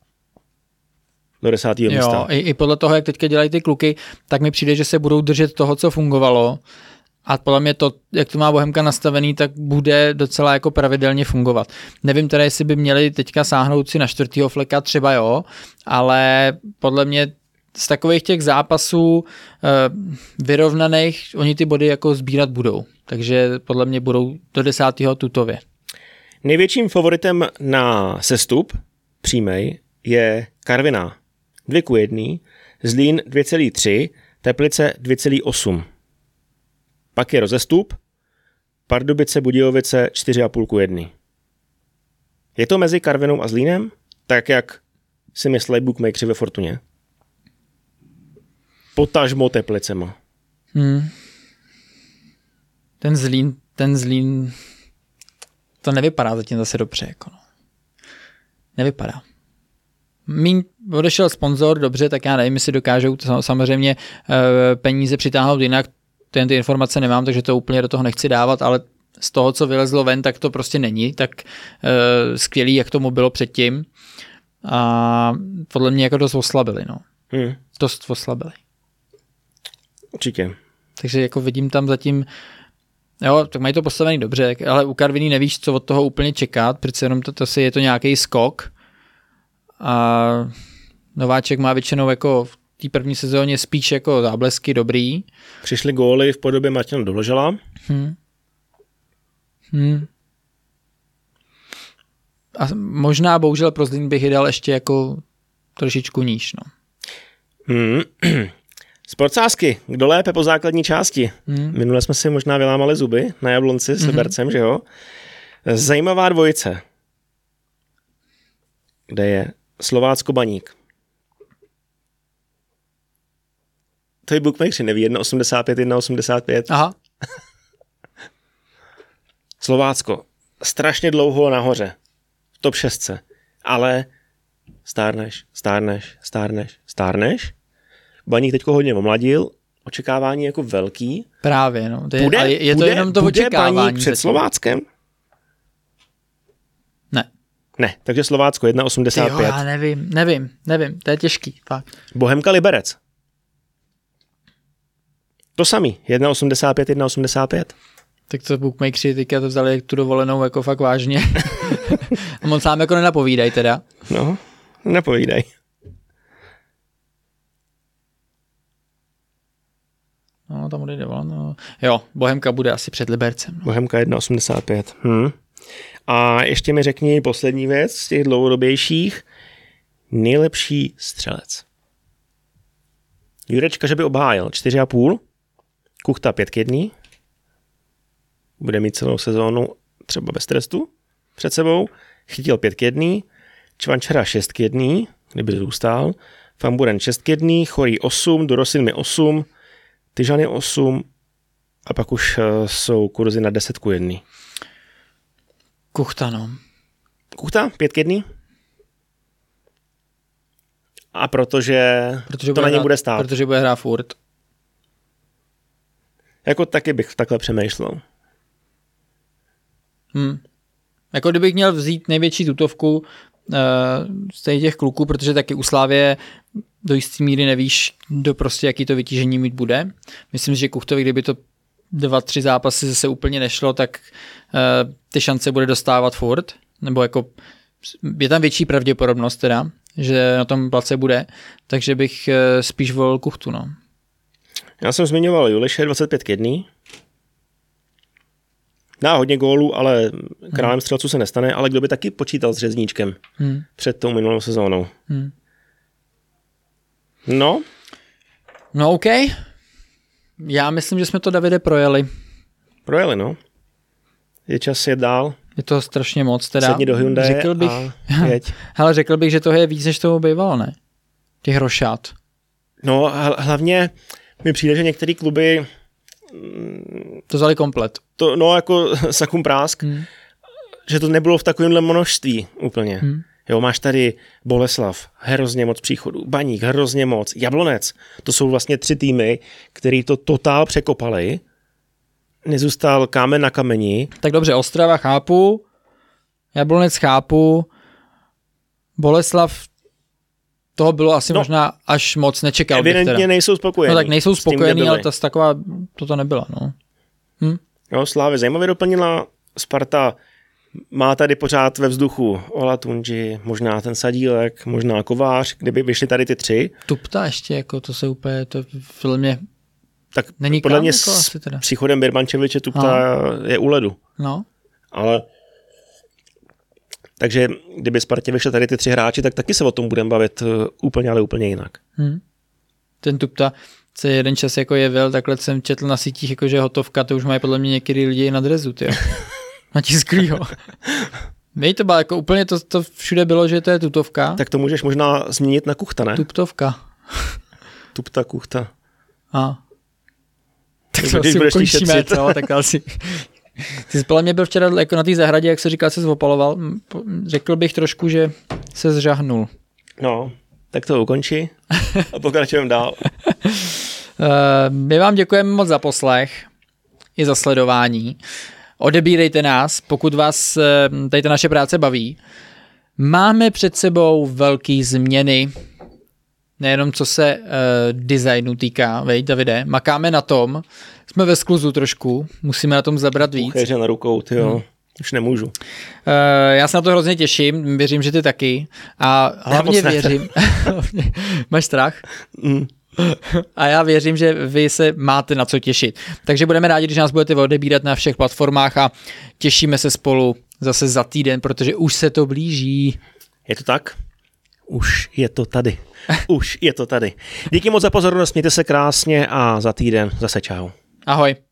Do desátého místa. Jo, i, i podle toho, jak teďka dělají ty kluky, tak mi přijde, že se budou držet toho, co fungovalo. A podle mě to, jak to má Bohemka nastavený, tak bude docela jako pravidelně fungovat. Nevím teda, jestli by měli teďka sáhnout si na čtvrtýho fleka, třeba jo, ale podle mě z takových těch zápasů e, vyrovnaných, oni ty body jako sbírat budou. Takže podle mě budou do desátého tutově. Největším favoritem na sestup přímej je Karviná. dvě ku jedné, Zlín dvě celá tři, Teplice dvě celá osm. Pak je rozestup, Pardubice, Budějovice čtyři a půl ku jedné. Je to mezi Karvinou a Zlínem? Tak jak si myslí bookmakeri ve Fortuně? Potažmo Teplicema. Hmm. Ten Zlín, ten Zlín, to nevypadá zatím zase dobře. Jako no. Nevypadá. míň odešel sponzor, dobře, tak já nevím, jestli dokážou to samozřejmě e, peníze přitáhnout jinak, ten ty informace nemám, takže to úplně do toho nechci dávat, ale z toho, co vylezlo ven, tak to prostě není tak e, skvělý, jak tomu bylo předtím. A podle mě jako dost oslabili, no. Hmm. Dost oslabili. Určitě. Takže jako vidím tam zatím, jo, tak mají to postavený dobře, ale u Karviní nevíš, co od toho úplně čekat, protože jenom to, to si je to nějaký skok. A nováček má většinou jako v té první sezóně spíš jako záblesky dobrý. Přišly góly v podobě Martina Doložala. Hmm. Hmm. A možná bohužel pro Zlín bych ji dal ještě jako trošičku níž, no. Hmm. Sportsázky, kdo lépe po základní části? Hmm. Minule jsme si možná vylámali zuby na Jablonci s Libercem, hmm. že jo? Zajímavá dvojice. Kde je Slovácko Baník. To je bookmakeri, neví, jedna osmdesát pět, jedna osmdesát pět. Aha. Slovácko, strašně dlouho nahoře, v top šest, ale stárneš, stárneš, stárneš, stárneš. Baník teďko hodně omladil, očekávání jako velký. Právě, no. To je, bude, je, je to bude, jenom to bude očekávání. Baník před zatím. Slováckem? Ne. Ne, takže Slovácko jedna osmdesát pět. Tyjo, já nevím, nevím, nevím, to je těžký, fakt. Bohemka Liberec. To samý, jedna osmdesát pět, jedna osmdesát pět. Tak to bookmakeri teďka to vzali tu dovolenou jako fakt vážně. A moc sám jako nenapovídaj teda. No, nenapovídaj. No, tam odejde no. Jo, Bohemka bude asi před Libercem. No. Bohemka jedna osmdesát pět. Hm. A ještě mi řekni poslední věc z těch dlouhodobějších. Nejlepší střelec. Jurečka, že by obhájil čtyři a půl. Kuchta pět k jedné. Bude mít celou sezónu třeba bez trestu před sebou. Chytil pět k jedné. Čvančara šest k jedné, kdyby zůstal. Famburen šest k jedné. Chorý osm. Dorosin mi osm. Tyžany osm. A pak už uh, jsou kurzy na deset ku jedné. Kuchta, no. Kuchta pět k jedné. A protože, protože to na něj bude stát. Protože bude hrát furt. Jako taky bych takhle přemýšlel. Hmm. Jako kdybych měl vzít největší tutovku uh, z těch kluků, protože taky u Slávě do jistý míry nevíš, do prostě jaký to vytížení mít bude. Myslím, že Kuchtovi, kdyby to dva, tři zápasy zase úplně nešlo, tak uh, ty šance bude dostávat furt. Nebo jako je tam větší pravděpodobnost teda, že na tom place bude, takže bych uh, spíš volil Kuchtu, no. Já jsem zmiňoval Juliše dvacet pět k jedné. Dá hodně gólů, ale králem hmm. střelců se nestane, ale kdo by taky počítal s řezníčkem hmm. před tou minulou sezónou. Hmm. No. No OK. Já myslím, že jsme to, Davide, projeli. Projeli, no. Je čas jet dál. Je to strašně moc teda. Sedni do Hyundai řekl bych, a jeď. Hele, řekl bych, že to je víc, než toho bývalo, ne? Těch rošát. No, hlavně mi přijde, že některé kluby to vzali komplet. To, no, jako sakum prásk, hmm. že to nebylo v takovémhle množství úplně. Hmm. Jo, máš tady Boleslav, hrozně moc příchodů, Baník, hrozně moc, Jablonec. To jsou vlastně tři týmy, který to totál překopali. Nezůstal kámen na kameni. Tak dobře, Ostrava chápu, Jablonec chápu, Boleslav toho bylo asi no, možná až moc, nečekal bych teda. Evidentně nejsou spokojení. No tak nejsou spokojení, ale ta taková, toto nebyla, no. Hm? Jo, Slávě zajímavě doplnila, Sparta má tady pořád ve vzduchu Ola Tunji, možná ten Sadílek, možná Kovář, kdyby vyšly tady ty tři. Tupta ještě, jako to se úplně, to podle mě tak není podle kam, mě jako s asi teda. příchodem Birmančeviče Tupta no. je u ledu. No. Ale takže kdyby Spartě vyšly tady ty tři hráči, tak taky se o tom budeme bavit úplně, ale úplně jinak. Hmm. Ten Tupta se jeden čas jako jevil, takhle jsem četl na sítích, jako že hotovka, to už mají podle mě některý lidi na drezu, tyjo. Natisklýho. Víš, to bylo jako úplně, to, to všude bylo, že to je tutovka. Tak to můžeš možná změnit na Kuchta, ne? Tuptovka. Tupta, Kuchta. A. Tak to asi ukončíme, co? Tak asi. Ty jsi podle mě byl včera jako na té zahradě, jak se říká, se zvopaloval. Řekl bych trošku, že se zžahnul. No, tak to ukončí a pokračujeme dál. My vám děkujeme moc za poslech i za sledování. Odebírejte nás, pokud vás tady ta naše práce baví. Máme před sebou velké změny, nejenom co se uh, designu týká, veď Davide, makáme na tom, jsme ve skluzu trošku, musíme na tom zabrat víc. Kucheře na rukou, tyjo. Hmm. Už nemůžu. Uh, já se na to hrozně těším, věřím, že ty taky. A hlavně věřím... Máš strach? Mm. A já věřím, že vy se máte na co těšit. Takže budeme rádi, když nás budete odebírat na všech platformách a těšíme se spolu zase za týden, protože už se to blíží. Je to tak? Už je to tady. Už je to tady. Díky moc za pozornost, mějte se krásně a za týden zase čau. Ahoj.